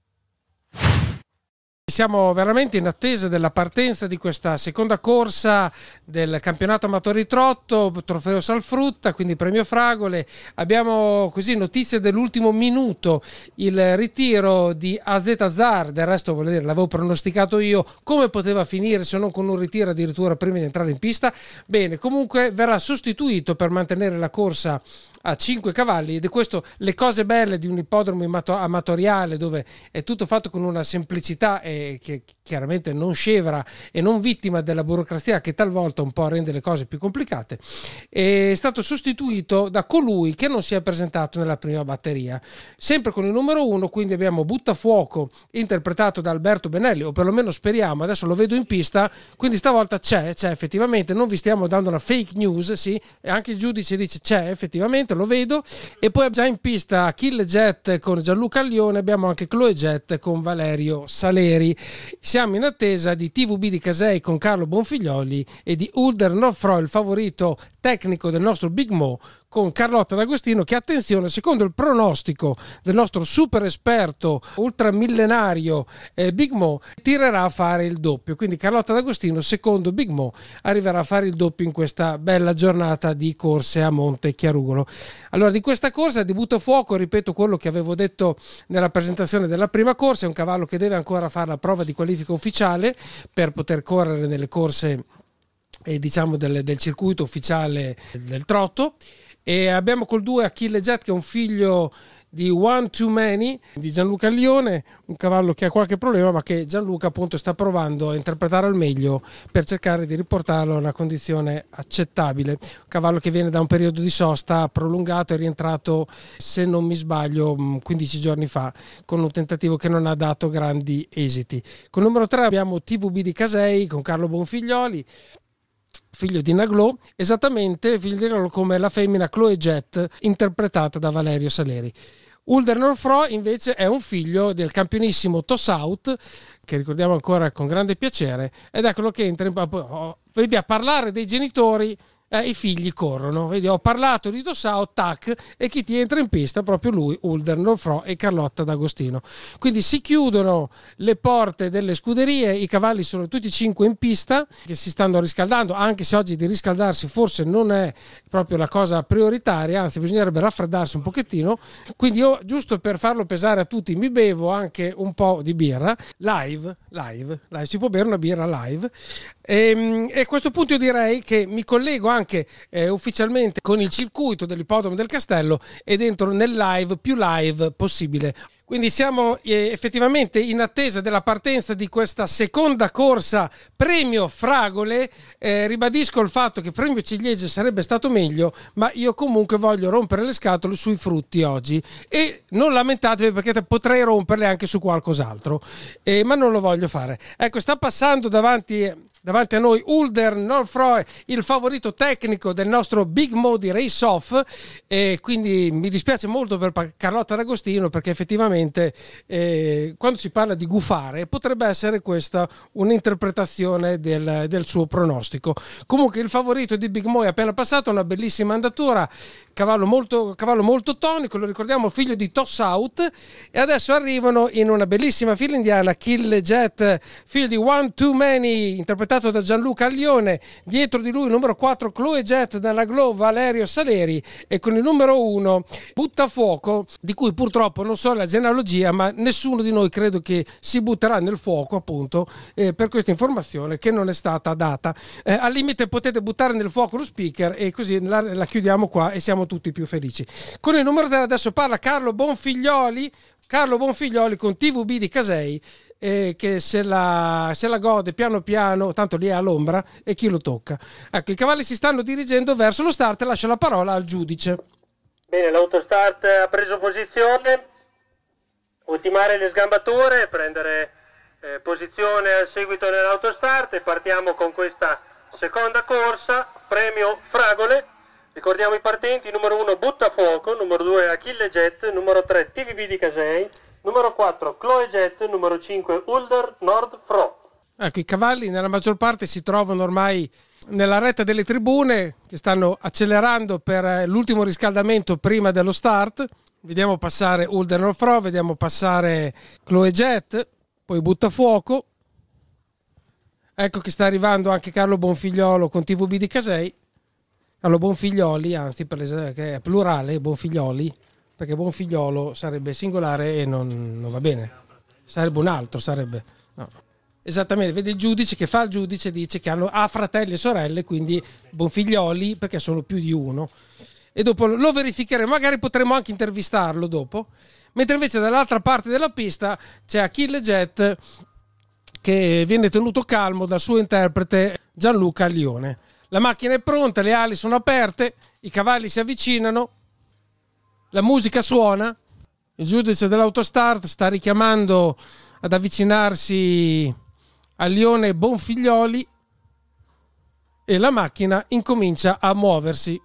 Siamo veramente in attesa della partenza di questa seconda corsa del campionato amatori trotto, trofeo Salfrutta, quindi premio Fragole. Abbiamo così notizie dell'ultimo minuto, il ritiro di A Z Zar, del resto voglio dire, l'avevo pronosticato io, come poteva finire se non con un ritiro addirittura prima di entrare in pista. Bene, comunque verrà sostituito per mantenere la corsa a cinque cavalli ed è questo le cose belle di un ippodromo amatoriale dove è tutto fatto con una semplicità e che chiaramente non scevra e non vittima della burocrazia che talvolta un po' rende le cose più complicate. È stato sostituito da colui che non si è presentato nella prima batteria, sempre con il numero uno, quindi abbiamo Buttafuoco interpretato da Alberto Benelli, o perlomeno speriamo, adesso lo vedo in pista, quindi stavolta c'è, c'è effettivamente, non vi stiamo dando una fake news, sì, e anche il giudice dice c'è effettivamente, lo vedo. E poi già in pista Achille Jet con Gianluca Lione, abbiamo anche Chloe Jet con Valerio Saleri. Siamo in attesa di T V B di Casei con Carlo Bonfiglioli e di Ulder Norfro, il favorito tecnico del nostro Big Mo, con Carlotta D'Agostino che, attenzione, secondo il pronostico del nostro super esperto ultramillenario eh, Big Mo, tirerà a fare il doppio. Quindi Carlotta D'Agostino, secondo Big Mo, arriverà a fare il doppio in questa bella giornata di corse a Montechiarugolo. Allora, di questa corsa di Buttafuoco, ripeto quello che avevo detto nella presentazione della prima corsa, è un cavallo che deve ancora fare la prova di qualifica ufficiale per poter correre nelle corse eh, diciamo del, del circuito ufficiale del trotto. E abbiamo col due Achille Jet, che è un figlio di One Too Many di Gianluca Lione, un cavallo che ha qualche problema ma che Gianluca appunto sta provando a interpretare al meglio per cercare di riportarlo a una condizione accettabile. Un cavallo che viene da un periodo di sosta prolungato, è rientrato, se non mi sbaglio, quindici giorni fa con un tentativo che non ha dato grandi esiti. Con numero tre abbiamo T V B di Casei con Carlo Bonfiglioli, figlio di Naglò, esattamente figlio di Naglò come la femmina Chloe Jet, interpretata da Valerio Saleri. Ulder Norfro invece è un figlio del campionissimo Tossaut, che ricordiamo ancora con grande piacere, ed è quello che entra in, oh, vedi, a parlare dei genitori. Eh, i figli corrono, vedi, ho parlato di Tossaut, tac, e chi ti entra in pista proprio lui, Ulder Norfro e Carlotta D'Agostino. Quindi si chiudono le porte delle scuderie, i cavalli sono tutti e cinque in pista, che si stanno riscaldando, anche se oggi di riscaldarsi forse non è proprio la cosa prioritaria, anzi bisognerebbe raffreddarsi un pochettino. Quindi io, giusto per farlo pesare a tutti, mi bevo anche un po' di birra live, live, live. Si può bere una birra live, e, e a questo punto io direi che mi collego anche anche eh, ufficialmente con il circuito dell'ippodromo del Castello e dentro nel live più live possibile. Quindi siamo eh, effettivamente in attesa della partenza di questa seconda corsa Premio Fragole. Eh, ribadisco il fatto che Premio Ciliegie sarebbe stato meglio, ma io comunque voglio rompere le scatole sui frutti oggi, e non lamentatevi perché potrei romperle anche su qualcos'altro, eh, ma non lo voglio fare. Ecco, sta passando davanti davanti a noi Ulder Norfro, il favorito tecnico del nostro Big Mo di Race Off, e quindi mi dispiace molto per Carlotta D'Agostino, perché effettivamente eh, quando si parla di gufare potrebbe essere questa un'interpretazione del, del suo pronostico. Comunque il favorito di Big Mo è appena passato, una bellissima andatura, cavallo molto, cavallo molto tonico, lo ricordiamo, figlio di Tossaut, e adesso arrivano in una bellissima fila indiana Achille Jet, figlio di One Too Many, interpretato da Gianluca Lione, dietro di lui il numero quattro Chloe Jet dalla Glow Valerio Saleri, e con il numero uno Buttafuoco, di cui purtroppo non so la genealogia, ma nessuno di noi credo che si butterà nel fuoco, appunto, eh, per questa informazione che non è stata data. Eh, al limite potete buttare nel fuoco lo speaker e così la, la chiudiamo qua e siamo tutti più felici. Con il numero tre adesso parla Carlo Bonfiglioli, Carlo Bonfiglioli con T V B di Casei, eh, che se la, se la gode piano piano, tanto lì è all'ombra e chi lo tocca. Ecco, i cavalli si stanno dirigendo verso lo start e lascio la parola al giudice. Bene, l'autostart ha preso posizione, ultimare le sgambature, prendere eh, posizione al seguito nell'autostart, e partiamo con questa seconda corsa, Premio Fragole. Ricordiamo i partenti: numero uno Buttafuoco, numero due Achille Jet, numero tre T V B di Casei, numero quattro Chloe Jet, numero cinque Ulder Norfro. Ecco, i cavalli nella maggior parte si trovano ormai nella retta delle tribune, che stanno accelerando per l'ultimo riscaldamento prima dello start. Vediamo passare Ulder Norfro, vediamo passare Chloe Jet, poi Buttafuoco. Ecco che sta arrivando anche Carlo Bonfigliolo con T V B di Casei. Carlo Bonfiglioli, anzi, per les- che è plurale, Bonfiglioli, perché Bonfigliolo sarebbe singolare e non, non va bene. Sarebbe un altro, sarebbe. No. Esattamente, vede il giudice che fa il giudice, dice che hanno ha fratelli e sorelle, quindi Bonfiglioli, perché sono più di uno. E dopo lo verificheremo, magari potremo anche intervistarlo dopo. Mentre invece dall'altra parte della pista c'è Achille Jet, che viene tenuto calmo dal suo interprete Gianluca Lione. La macchina è pronta, le ali sono aperte, i cavalli si avvicinano, la musica suona, il giudice dell'autostart sta richiamando ad avvicinarsi a Lione Bonfiglioli e la macchina incomincia a muoversi.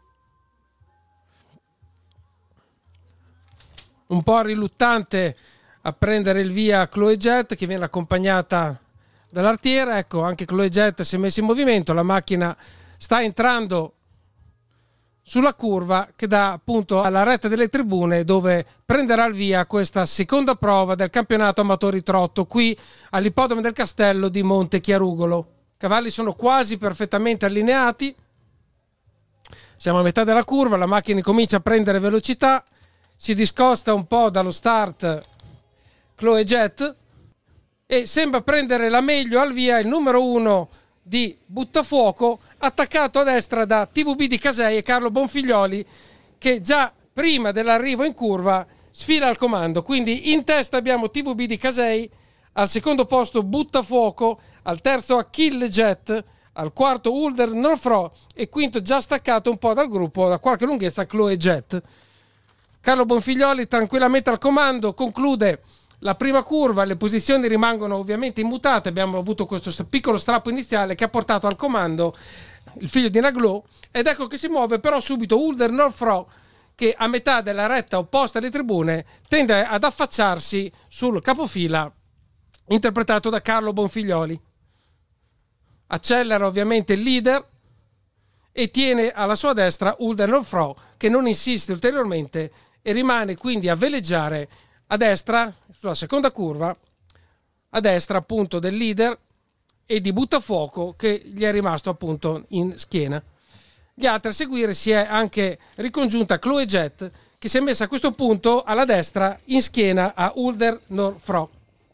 Un po' riluttante a prendere il via Chloe Jet, che viene accompagnata dall'artiera. Ecco, anche Chloe Jet si è messa in movimento, la macchina sta entrando sulla curva che dà appunto alla retta delle tribune, dove prenderà il via questa seconda prova del campionato amatori trotto qui all'ippodromo del Castello di Monte Chiarugolo. I cavalli sono quasi perfettamente allineati, siamo a metà della curva, la macchina comincia a prendere velocità, si discosta un po' dallo start Chloe Jet e sembra prendere la meglio al via il numero uno di Buttafuoco, attaccato a destra da T V B di Casei e Carlo Bonfiglioli, che già prima dell'arrivo in curva sfila al comando. Quindi in testa abbiamo T V B di Casei, al secondo posto Buttafuoco, al terzo Achille Jet, al quarto Ulder Norfro e quinto, già staccato un po' dal gruppo da qualche lunghezza, Chloe Jet. Carlo Bonfiglioli tranquillamente al comando, conclude la prima curva, le posizioni rimangono ovviamente immutate, abbiamo avuto questo piccolo strappo iniziale che ha portato al comando il figlio di Naglo, ed ecco che si muove però subito Ulder Norfro, che a metà della retta opposta alle tribune tende ad affacciarsi sul capofila interpretato da Carlo Bonfiglioli. Accelera ovviamente il leader e tiene alla sua destra Ulder Norfro, che non insiste ulteriormente e rimane quindi a veleggiare a destra sulla seconda curva, a destra appunto del leader e di Buttafuoco, che gli è rimasto appunto in schiena. Gli altri a seguire si è anche ricongiunta Chloe Jet, che si è messa a questo punto alla destra in schiena a Ulder Norfro.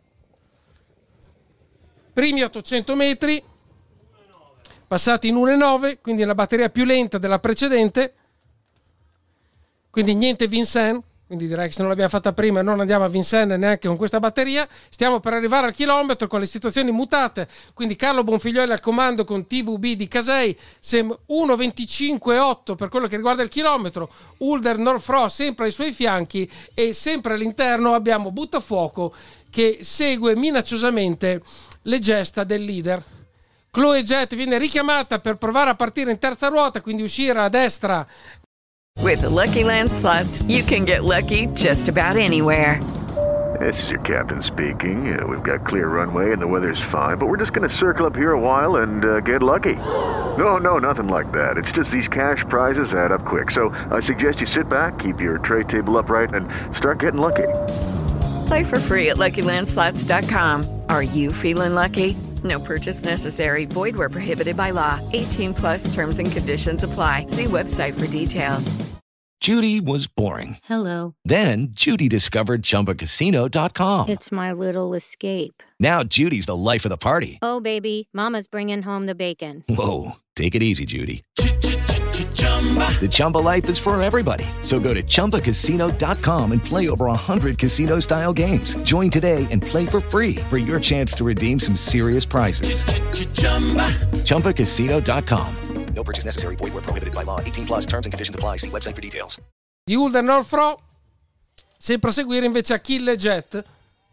Primi ottocento metri passati in uno e nove, quindi la batteria più lenta della precedente, quindi niente Vincennes, quindi direi che se non l'abbiamo fatta prima non andiamo a Vincennes neanche con questa batteria. Stiamo per arrivare al chilometro con le situazioni mutate, quindi Carlo Bonfiglioli al comando con T V B di Casei, uno venticinque otto per quello che riguarda il chilometro, Ulder Norfro sempre ai suoi fianchi e sempre all'interno abbiamo Buttafuoco che segue minacciosamente le gesta del leader. Chloe Jet viene richiamata per provare a partire in terza ruota, quindi uscire a destra. With the Lucky Land Slots, you can get lucky just about anywhere. This is your captain speaking. Uh, we've got clear runway and the weather's fine, but we're just going to circle up here a while and uh, get lucky. No, no, nothing like that. It's just these cash prizes add up quick. So I suggest you sit back, keep your tray table upright, and start getting lucky. Play for free at Lucky Land Slots dot com. Are you feeling lucky? No purchase necessary. Void where prohibited by law. eighteen plus terms and conditions apply. See website for details. Judy was boring. Hello. Then Judy discovered Chumba Casino dot com. It's my little escape. Now Judy's the life of the party. Oh, baby, mama's bringing home the bacon. Whoa, take it easy, Judy. The Chumba life is for everybody. So go to Chumba Casino dot com and play over one hundred casino-style games. Join today and play for free for your chance to redeem some serious prizes. Chumba Casino dot com. No purchase necessary. Void where prohibited by law. eighteen plus terms and conditions apply. See website for details. Di Ulder Norfro, sempre a seguire invece Achille Jet.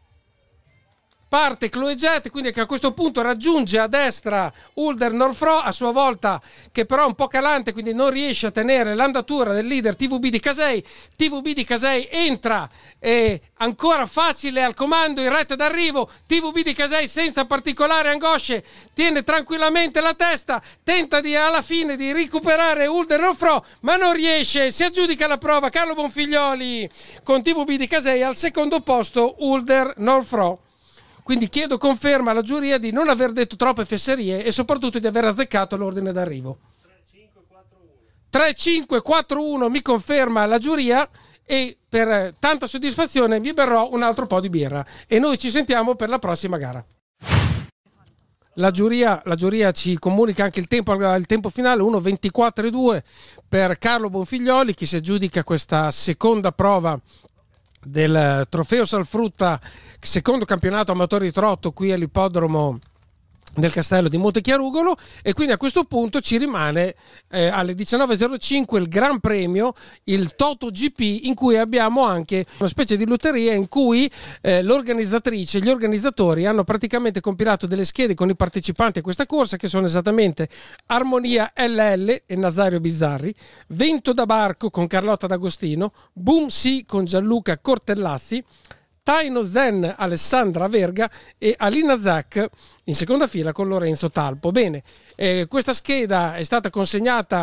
Parte Chloe Jet, quindi che a questo punto raggiunge a destra Ulder Norfro, a sua volta che però è un po' calante, quindi non riesce a tenere l'andatura del leader T V B di Casei. T V B di Casei entra e ancora facile al comando in retta d'arrivo. T V B di Casei senza particolari angosce tiene tranquillamente la testa, tenta di alla fine di recuperare Ulder Norfro, ma non riesce. Si aggiudica la prova Carlo Bonfiglioli con T V B di Casei al secondo posto Ulder Norfro. Quindi chiedo conferma alla giuria di non aver detto troppe fesserie e soprattutto di aver azzeccato l'ordine d'arrivo. tre cinque quattro uno mi conferma la giuria e per tanta soddisfazione mi berrò un altro po' di birra. E noi ci sentiamo per la prossima gara. La giuria, la giuria ci comunica anche il tempo, il tempo finale, uno ventiquattro due per Carlo Bonfiglioli, che si aggiudica questa seconda prova del trofeo Salfrutta, secondo campionato amatori di trotto qui all'ippodromo del Castello di Montechiarugolo, e quindi a questo punto ci rimane eh, alle diciannove e zero cinque il Gran Premio, il Toto G P, in cui abbiamo anche una specie di lotteria in cui eh, l'organizzatrice, gli organizzatori hanno praticamente compilato delle schede con i partecipanti a questa corsa, che sono esattamente Armonia L L e Nazario Bizzarri, Vento da Barco con Carlotta D'Agostino, Boom Sì con Gianluca Cortellazzi, Taino Zen Alessandra Verga e Alina Zac in seconda fila con Lorenzo Talpo. Bene, eh, questa scheda è stata consegnata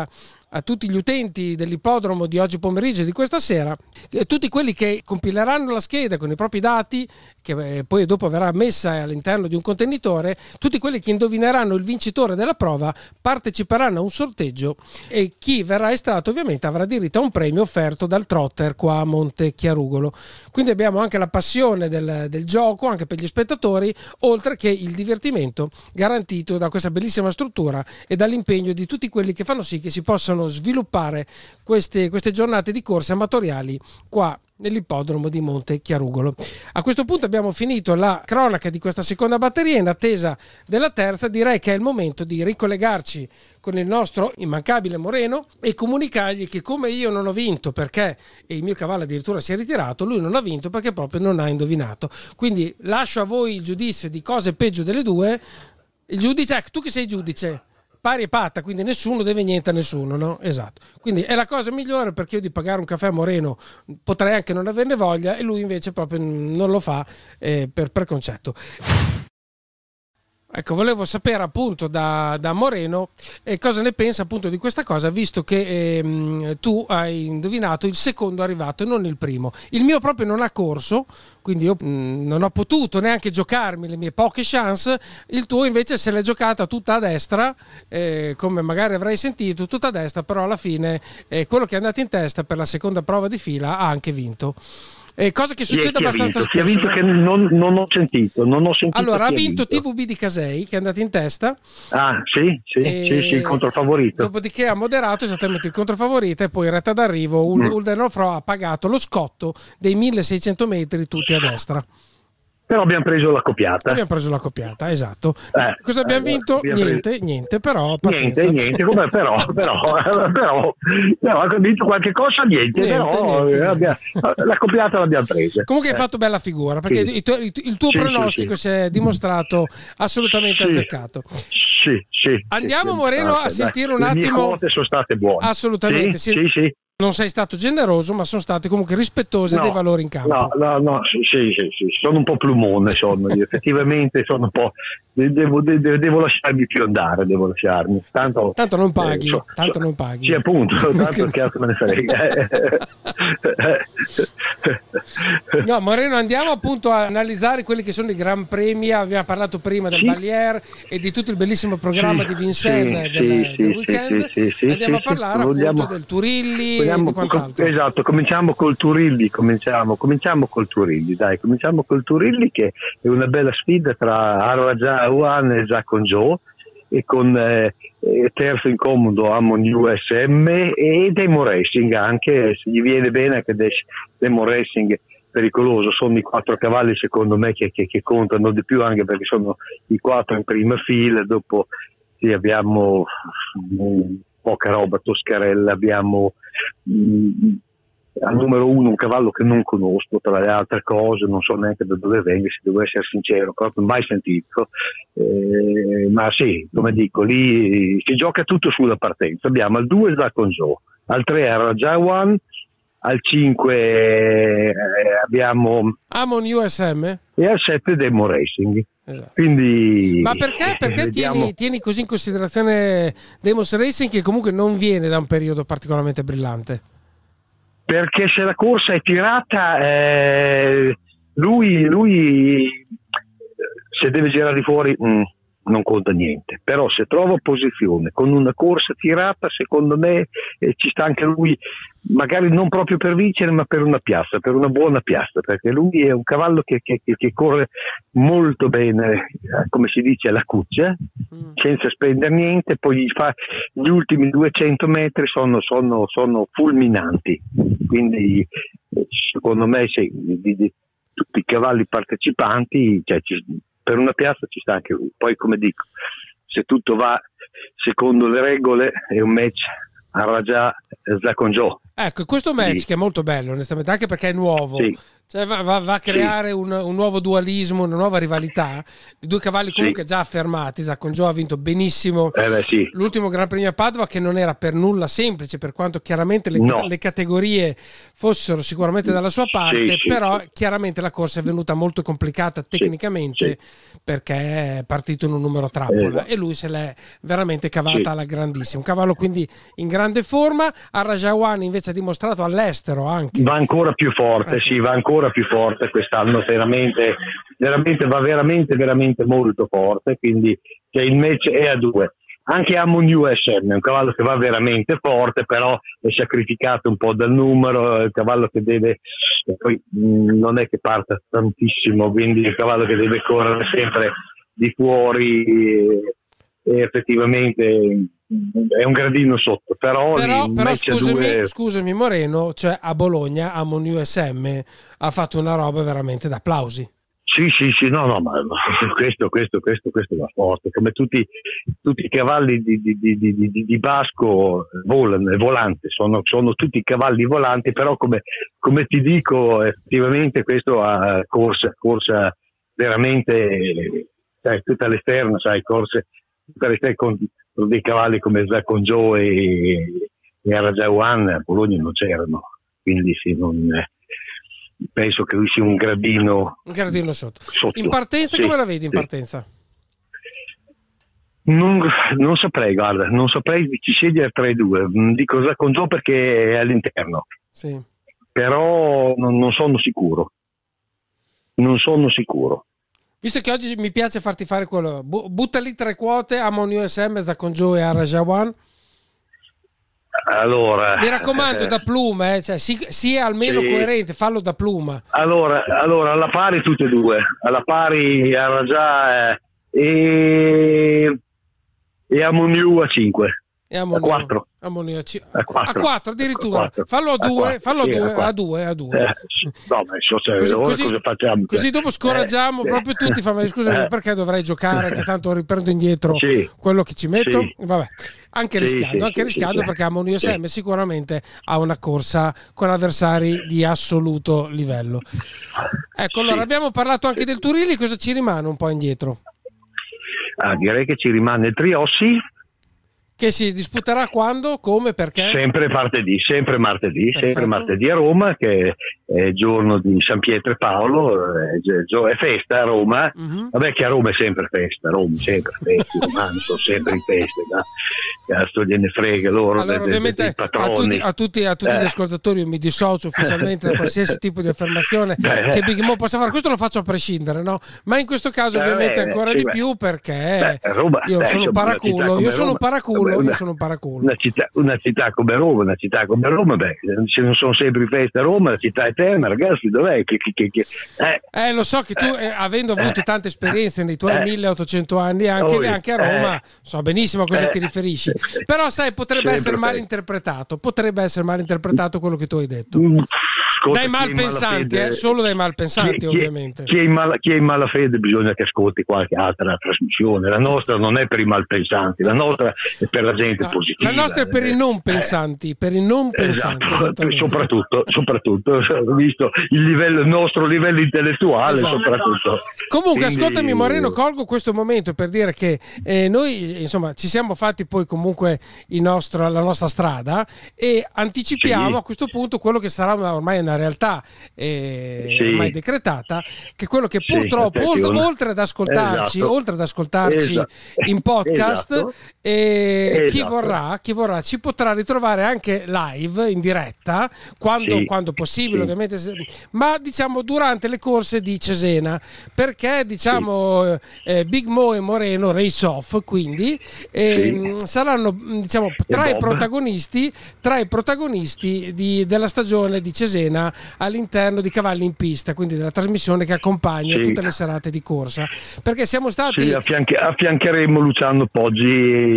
a tutti gli utenti dell'ippodromo di oggi pomeriggio e di questa sera, eh, tutti quelli che compileranno la scheda con i propri dati, che eh, poi dopo verrà messa all'interno di un contenitore, tutti quelli che indovineranno il vincitore della prova parteciperanno a un sorteggio e chi verrà estratto ovviamente avrà diritto a un premio offerto dal Trotter qua a Monte Chiarugolo. Quindi abbiamo anche la passione del, del gioco anche per gli spettatori, oltre che il divertimento garantito da questa bellissima struttura e dall'impegno di tutti quelli che fanno sì che si possano sviluppare queste, queste giornate di corse amatoriali qua nell'ippodromo di Monte Chiarugolo. A questo punto abbiamo finito la cronaca di questa seconda batteria. In attesa della terza, direi che è il momento di ricollegarci con il nostro immancabile Moreno e comunicargli che come io non ho vinto perché il mio cavallo addirittura si è ritirato, lui non ha vinto perché proprio non ha indovinato. Quindi lascio a voi il giudizio di cosa è peggio delle due. Il giudice, ecco, tu che sei giudice, pari e patta, quindi nessuno deve niente a nessuno, no? Esatto. Quindi è la cosa migliore, perché io di pagare un caffè a Moreno potrei anche non averne voglia e lui invece proprio non lo fa eh, per, per concetto. Ecco, volevo sapere appunto da, da Moreno eh, cosa ne pensa appunto di questa cosa, visto che ehm, tu hai indovinato il secondo arrivato e non il primo. Il mio proprio non ha corso, quindi io mh, non ho potuto neanche giocarmi le mie poche chance. Il tuo invece se l'è giocata tutta a destra, eh, come magari avrai sentito, tutta a destra, però alla fine eh, quello che è andato in testa per la seconda prova di fila ha anche vinto. Eh, cosa che succede abbastanza spesso. Chi ha vinto che non, non ho sentito, non ho sentito. Allora, ha vinto, vinto T V B di Casei, che è andato in testa. Ah, sì, sì, e... sì, sì, il controfavorito. Dopodiché ha moderato esattamente il controfavorito e poi in retta d'arrivo mm. Uldenofro ha pagato lo scotto dei milleseicento metri tutti a destra. Però abbiamo preso la coppiata. Abbiamo preso la coppiata, esatto. Eh, Cosa abbiamo eh, vinto? abbiamo niente, preso... niente, però pazienza. Niente, niente, come però, però, però, però, abbiamo vinto qualche cosa, niente, niente però niente, eh, abbiamo, la coppiata l'abbiamo presa. Comunque eh. hai fatto bella figura, perché sì. il, tuo, il tuo sì, pronostico sì, si è dimostrato assolutamente sì. azzeccato. Sì, sì. Andiamo sì, Moreno sì, a sentire dai. un attimo. Le mie quote sono state buone. Assolutamente, sì. sì, sì. Non sei stato generoso, ma sono state comunque rispettose no, dei valori in campo. No, no, no, sì, sì, sì, sono un po' plumone, sono io. Effettivamente sono un po'. Devo, devo, devo lasciarmi più andare, devo lasciarmi. Tanto, tanto non paghi, eh, so, tanto so, non paghi. Sì, appunto, tanto che me ne frega. No, Moreno, andiamo appunto a analizzare quelli che sono i gran premi. Abbiamo parlato prima del sì. Ballier e di tutto il bellissimo programma sì, di Vincennes sì, del, sì, del weekend. Sì, sì, andiamo sì, a parlare sì, vogliamo, appunto del Turilli vogliamo, e di quant'altro. Esatto, cominciamo col Turilli, cominciamo, cominciamo col Turilli, dai, cominciamo col Turilli, che è una bella sfida tra Araja One e Zacon Joe, e con eh, terzo incomodo Amon U S M e Demo Racing, anche se gli viene bene anche Demo Racing pericoloso. Sono i quattro cavalli secondo me che, che, che contano di più, anche perché sono i quattro in prima fila. Dopo sì, abbiamo mh, poca roba, Toscarella, abbiamo mh, al numero uno un cavallo che non conosco, tra le altre cose non so neanche da dove venga, se devo essere sincero, proprio mai sentito, eh, ma sì, come dico, lì si gioca tutto sulla partenza. Abbiamo al due Zacon Joe, al tre Raja One, al cinque eh, abbiamo Amon U S M e al sette Demo Racing. Esatto. Quindi, ma perché, perché tieni, tieni così in considerazione Demos Racing, che comunque non viene da un periodo particolarmente brillante? Perché se la corsa è tirata, eh, lui, lui se deve girare di fuori mh, non conta niente, però se trova posizione con una corsa tirata, secondo me eh, ci sta anche lui, magari non proprio per vincere, ma per una piazza, per una buona piazza, perché lui è un cavallo che, che, che corre molto bene, come si dice, alla cuccia, mm. senza spendere niente. Poi fa, gli ultimi duecento metri sono, sono, sono fulminanti, quindi secondo me sì, di, di tutti i cavalli partecipanti, cioè, ci, per una piazza ci sta anche lui. Poi, come dico, se tutto va secondo le regole è un match a Raja Zacon Joe. Ecco, questo match sì. che è molto bello onestamente, anche perché è nuovo, sì. Cioè va, va, va a creare sì. un, un nuovo dualismo, una nuova rivalità di due cavalli comunque sì. già affermati. Zaccongiò ha vinto benissimo eh beh, sì. l'ultimo Gran Premio a Padova, che non era per nulla semplice, per quanto chiaramente le, no. le categorie fossero sicuramente dalla sua parte, sì, però sì. chiaramente la corsa è venuta molto complicata tecnicamente sì, sì. perché è partito in un numero trappola esatto. e lui se l'è veramente cavata sì. alla grandissima. Un cavallo quindi in grande forma. Al Rajawan invece ha dimostrato all'estero anche. Va ancora più forte, ecco. sì, va ancora più forte quest'anno, veramente, veramente va veramente, veramente molto forte, quindi cioè, il match è a due. Anche Amon U S M è un cavallo che va veramente forte, però è sacrificato un po' dal numero, è un cavallo che deve, e poi mh, non è che parta tantissimo, quindi è un cavallo che deve correre sempre di fuori e, e effettivamente è un gradino sotto, però, però, però scusami, due... scusami Moreno, cioè a Bologna Amon U S M ha fatto una roba veramente da applausi. Sì, sì, sì, no, no, ma questo, questo, questo, questo va forte, come tutti, tutti i cavalli di, di, di, di, di, di Basco volano, volante, sono, sono tutti cavalli volanti, però come, come ti dico, effettivamente questo ha corsa, corsa veramente, sai, tutta l'esterno, sai, corse, tutta l'esterno con, con dei cavalli come Zaccongiò e, e Arajawan a Bologna non c'erano, quindi sì, non... penso che lui sia un gradino un gradino sotto, sotto. In partenza sì, come la vedi in sì. partenza? Non, non saprei, guarda, non saprei chi scegliere tra i due, dico Zaccongiò perché è all'interno sì. però non, non sono sicuro non sono sicuro visto che oggi mi piace farti fare quello, butta lì tre quote Amon U S M, Zaccongiò e Arajawan. Allora, mi raccomando eh, da pluma, eh, cioè, si, sia almeno sì. coerente, fallo da pluma. Allora, allora alla pari tutte e due, alla pari a Raja eh, e, e Amoniu a cinque. E a quattro. A quattro addirittura. A quattro. Fallo a due, fallo sì, a due, a a due, a due. Eh, no, ma so, cioè, così, ora così, cosa facciamo? Così dopo scoraggiamo eh, proprio tutti. Fammi scusami, eh, perché dovrei giocare? Che tanto riprendo indietro sì, quello che ci metto. Sì. Vabbè, anche rischiando, sì, anche sì, rischiando sì, perché Amon U S M sì. sicuramente ha una corsa con avversari di assoluto livello. Ecco, allora sì. abbiamo parlato anche del Turilli, cosa ci rimane un po' indietro? Ah, direi che ci rimane il Triossi. Che si disputerà quando? Come? Perché? Sempre martedì, sempre martedì, Perfetto. sempre martedì a Roma, che è il giorno di San Pietro e Paolo, è festa a Roma. Uh-huh. Vabbè che a Roma è sempre festa, a Roma sempre festa, i romani sono sempre in festa, no? Cazzo gliene frega loro. Allora, dei, ovviamente dei patroni. a tutti, a tutti, a tutti eh. gli ascoltatori io mi dissocio ufficialmente da qualsiasi tipo di affermazione beh, che Big Mo possa fare, questo lo faccio a prescindere, no? Ma in questo caso beh, ovviamente beh, ancora sì, di beh. più perché beh, Roma, io, beh, sono insomma, paraculo, io sono un paraculo, Beh, io sono un paraculo. Una città, una città come Roma, una città come Roma, beh, se non sono sempre in festa a Roma, la città eterna, ragazzi, dov'è? Che, che, che, eh. eh, lo so che tu, eh, avendo avuto eh, tante esperienze nei tuoi eh, milleottocento anni, anche, oh, anche a Roma, eh, so benissimo a cosa eh, ti riferisci. Però, sai, potrebbe essere mal interpretato, potrebbe essere mal interpretato quello che tu hai detto. Mm. Dai malpensanti, eh, solo dai malpensanti, chi, ovviamente. Chi è, in mala, chi è in malafede bisogna che ascolti qualche altra trasmissione. La nostra non è per i malpensanti, la nostra è per la gente no, positiva. La nostra è per eh, i non pensanti, eh, per i non pensanti. Esatto, soprattutto, soprattutto, ho visto il livello, il nostro livello intellettuale, esatto. soprattutto. Comunque, Quindi... ascoltami, Moreno, colgo questo momento per dire che eh, noi, insomma, ci siamo fatti poi comunque il nostro, la nostra strada e anticipiamo sì. a questo punto quello che sarà una, ormai una realtà eh, sì. ormai decretata, che quello che purtroppo sì, oltre, oltre ad ascoltarci esatto. oltre ad ascoltarci esatto. in podcast esatto. eh, esatto. chi vorrà chi vorrà ci potrà ritrovare anche live in diretta quando, sì. quando possibile sì. ovviamente, ma diciamo durante le corse di Cesena, perché diciamo sì. eh, Big Mo e Moreno race off, quindi eh, sì. saranno diciamo tra i protagonisti tra i protagonisti di, della stagione di Cesena all'interno di Cavalli in Pista, quindi della trasmissione che accompagna sì. tutte le serate di corsa, perché siamo stati sì, affianche, affiancheremo Luciano Poggi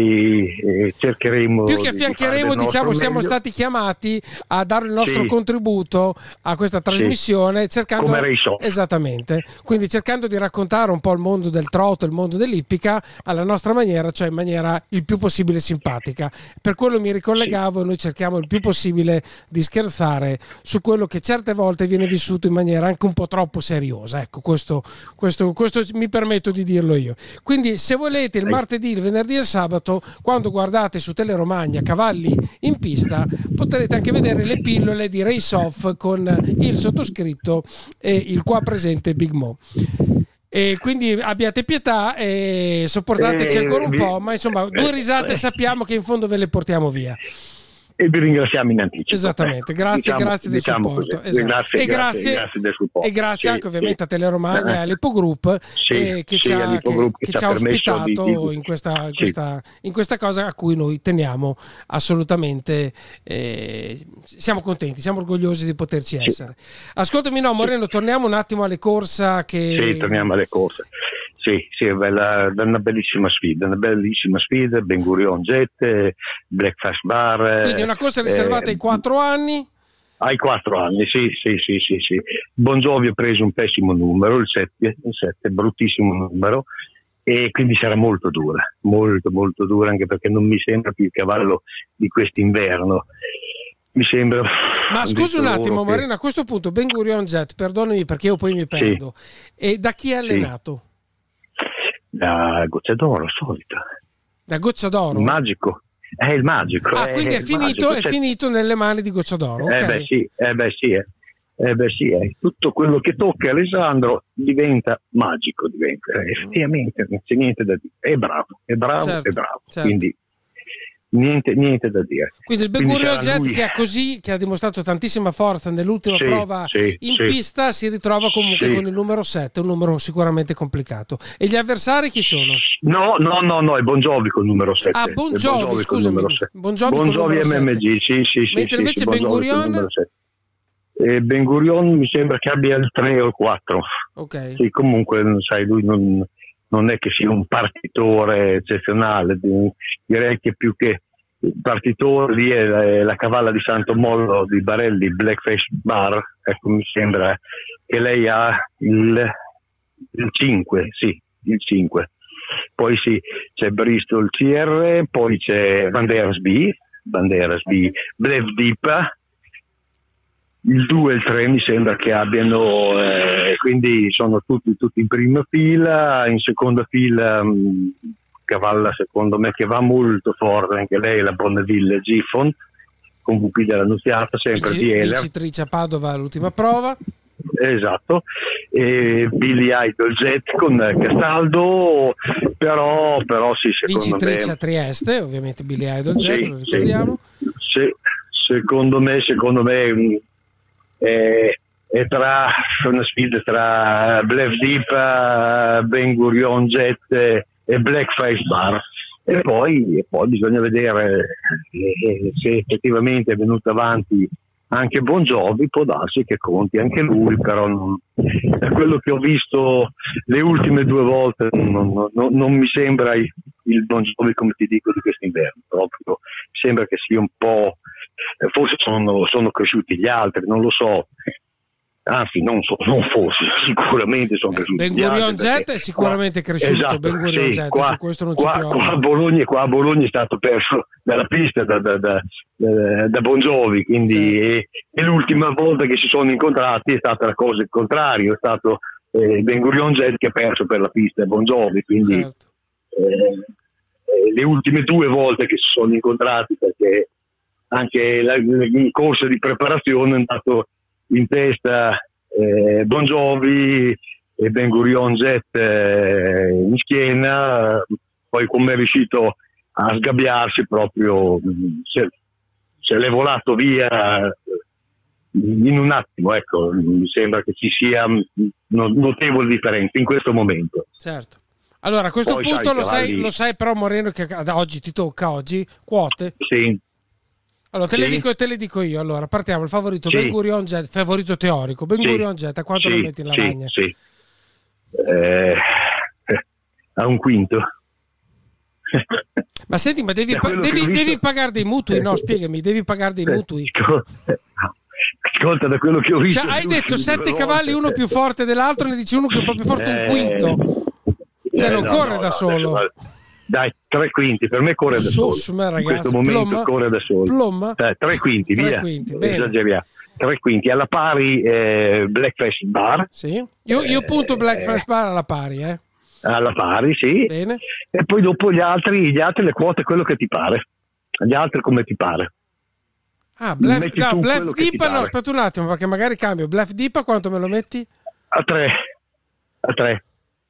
e, e cercheremo più che affiancheremo di diciamo siamo meglio. stati chiamati a dare il nostro sì. contributo a questa trasmissione sì. cercando come race off. Esattamente, quindi cercando di raccontare un po' il mondo del trotto, il mondo dell'ippica alla nostra maniera, cioè in maniera il più possibile simpatica. Per quello mi ricollegavo e noi cerchiamo il più possibile di scherzare su quello che certe volte viene vissuto in maniera anche un po' troppo seriosa. Ecco, questo, questo, questo mi permetto di dirlo io. Quindi se volete il martedì, il venerdì e il sabato, quando guardate su Teleromagna cavalli in pista, potrete anche vedere le pillole di Race Off con il sottoscritto e il qua presente Big Mo. E quindi abbiate pietà e sopportateci Eh, ancora un vi- po', ma insomma due risate sappiamo che in fondo ve le portiamo via. E vi ringraziamo in anticipo. Esattamente, grazie, Diciamo- grazie del diciamo supporto. così. Esatto. Grazie, e grazie, grazie, grazie del supporto. e grazie Sì, anche ovviamente sì. a Teleromagna e all'Epo Group Sì, eh, che, sì, ci ha, all'Epo che, Group che che ci ci ha ha permesso ospitato di- di- in, questa, in, sì. questa, in questa cosa a cui noi teniamo assolutamente, eh, siamo contenti, siamo orgogliosi di poterci essere. Ascoltami, no Moreno, torniamo un attimo alle corsa che... Sì, torniamo alle corse. Sì, sì, è bella, è una bellissima sfida, una bellissima sfida, Ben Gurion Jet, Breakfast Bar. Quindi una corsa riservata eh, ai quattro anni. Ai quattro anni, sì, sì, sì, sì, sì. Bon Jovi ha preso un pessimo numero, il sette, il sette, bruttissimo numero, e quindi sarà molto dura, molto molto dura, anche perché non mi sembra più il cavallo di quest'inverno. Mi sembra... Ma scusa un attimo, che... Marina, a questo punto Ben Gurion Jet, perdonami perché io poi mi perdo, e da chi è allenato? Da Goccia d'Oro, solito. Da Goccia d'Oro? Il magico. È il magico. Ah, è, quindi è, il finito, magico. è Cioè, finito nelle mani di Goccia d'Oro. Eh ok. beh sì, eh beh sì, eh. Eh beh sì, eh. Tutto quello che tocca Alessandro diventa magico, diventa. Eh, effettivamente non c'è niente da dire. È bravo, è bravo, Certo, è bravo. certo. Quindi niente, niente da dire. Quindi il Ben Quindi Gurion sarà Jet lui- che ha così, che ha dimostrato tantissima forza nell'ultima Sì, prova sì, in sì. pista, si ritrova comunque Sì. con il numero sette, un numero sicuramente complicato. E gli avversari chi sono? No, no, no, no, è Bon Jovi col numero sette. Ah, Bon Jovi, scusami. Bon Jovi Bon col Jovi numero M M G, sì, sì, sì. Mentre sì, invece sì, Bon Ben Jovi col Gurion? numero sette. E Ben Gurion mi sembra che abbia il tre o il quattro. Ok. Sì, comunque, sai, lui non, non è che sia un partitore eccezionale, direi che più che il partitore lì è la, è la cavalla di Santo Mollo di Barelli, Blackface Bar, ecco, mi sembra che lei ha il, il cinque, sì, il cinque. Poi sì, c'è Bristol C R, poi c'è Banderas B, Banderas B, Blev Deep, il due e il tre mi sembra che abbiano, eh, quindi sono tutti, tutti in prima fila, in seconda fila mh, cavalla secondo me che va molto forte anche lei, la Bonneville Giffon, con V P dell'Annunziata, sempre Vici- di Eler. Vincitrice a Padova all'ultima prova. Esatto, e Billy Idol Jet con Castaldo, però, però sì, secondo Vincitrice me a Trieste, ovviamente Billy Idol Jet, Sì, lo ricordiamo. sì, secondo me, secondo me mh, è, è tra una sfida tra Blev Deep, Ben Gurion Jet e Blackface Bar. E poi, e poi bisogna vedere eh, se effettivamente è venuto avanti anche Bon Jovi, può darsi che conti anche lui, però non, da quello che ho visto le ultime due volte non, non, non mi sembra il, il Bon Jovi, come ti dico, di quest'inverno, proprio sembra che sia un po', eh, forse sono, sono cresciuti gli altri, non lo so, anzi non, so, non forse, sicuramente sono cresciuti Ben gli altri. Gurion Jet perché è sicuramente qua- cresciuto, esatto, Ben Gurion sì, Jet, qua- su questo non ci qua, piove. qua a Bologna, qua a Bologna è stato perso dalla pista da, da, da, da, da Bon Jovi, quindi e, e l'ultima volta che si sono incontrati è stata la cosa il contrario, è stato eh, Ben Gurion Jet che ha perso per la pista Bon Jovi, quindi Certo. eh, eh, le ultime due volte che si sono incontrati, perché anche la, il corso di preparazione è andato in testa eh, Bon Jovi e Ben Gurion Jet eh, in schiena, poi come è riuscito a sgabbiarsi proprio, se, se l'è volato via in un attimo, ecco, mi sembra che ci sia notevole differenza in questo momento. Certo. Allora a questo Poi, punto sai, lo, sai, cavalli- lo sai però Moreno che ad oggi ti tocca oggi quote? Sì. Allora te, le Sì. dico, te le dico io. Allora partiamo, il favorito Sì. Ben Gurion Jet, favorito teorico. Ben Sì. Gurion Jet, a quanto Sì, lo metti in sì, lavagna? sì. Eh, a un quinto. Ma senti, ma devi, Da pa- quello che devi, ho visto- devi pagare dei mutui? No, spiegami, devi pagare dei mutui. Ascolta, da quello che ho visto, Cioè, hai le detto ultime sette due cavalli, volte- uno più forte dell'altro, ne dici uno che è un po' più forte, un Eh, quinto. Cioè, eh, non no, corre no, da no, solo. adesso, dai, tre quinti, per me corre da Su, solo. su me, In ragazzi, questo momento plomma? corre da solo. Plomma? Dai, tre quinti, Tre via. quinti, bene. Esageriamo. tre quinti, alla pari eh, Black Flash Bar. Sì. Io, io punto Black Flash Bar alla pari, eh. Alla pari, sì. Bene. E poi dopo gli altri, gli altri le quote quello che ti pare. Gli altri come ti pare. Ah, Blef, no, Blef Deep, no, aspetta un attimo, perché magari cambio. Blef Deep a quanto me lo metti? A tre. A tre.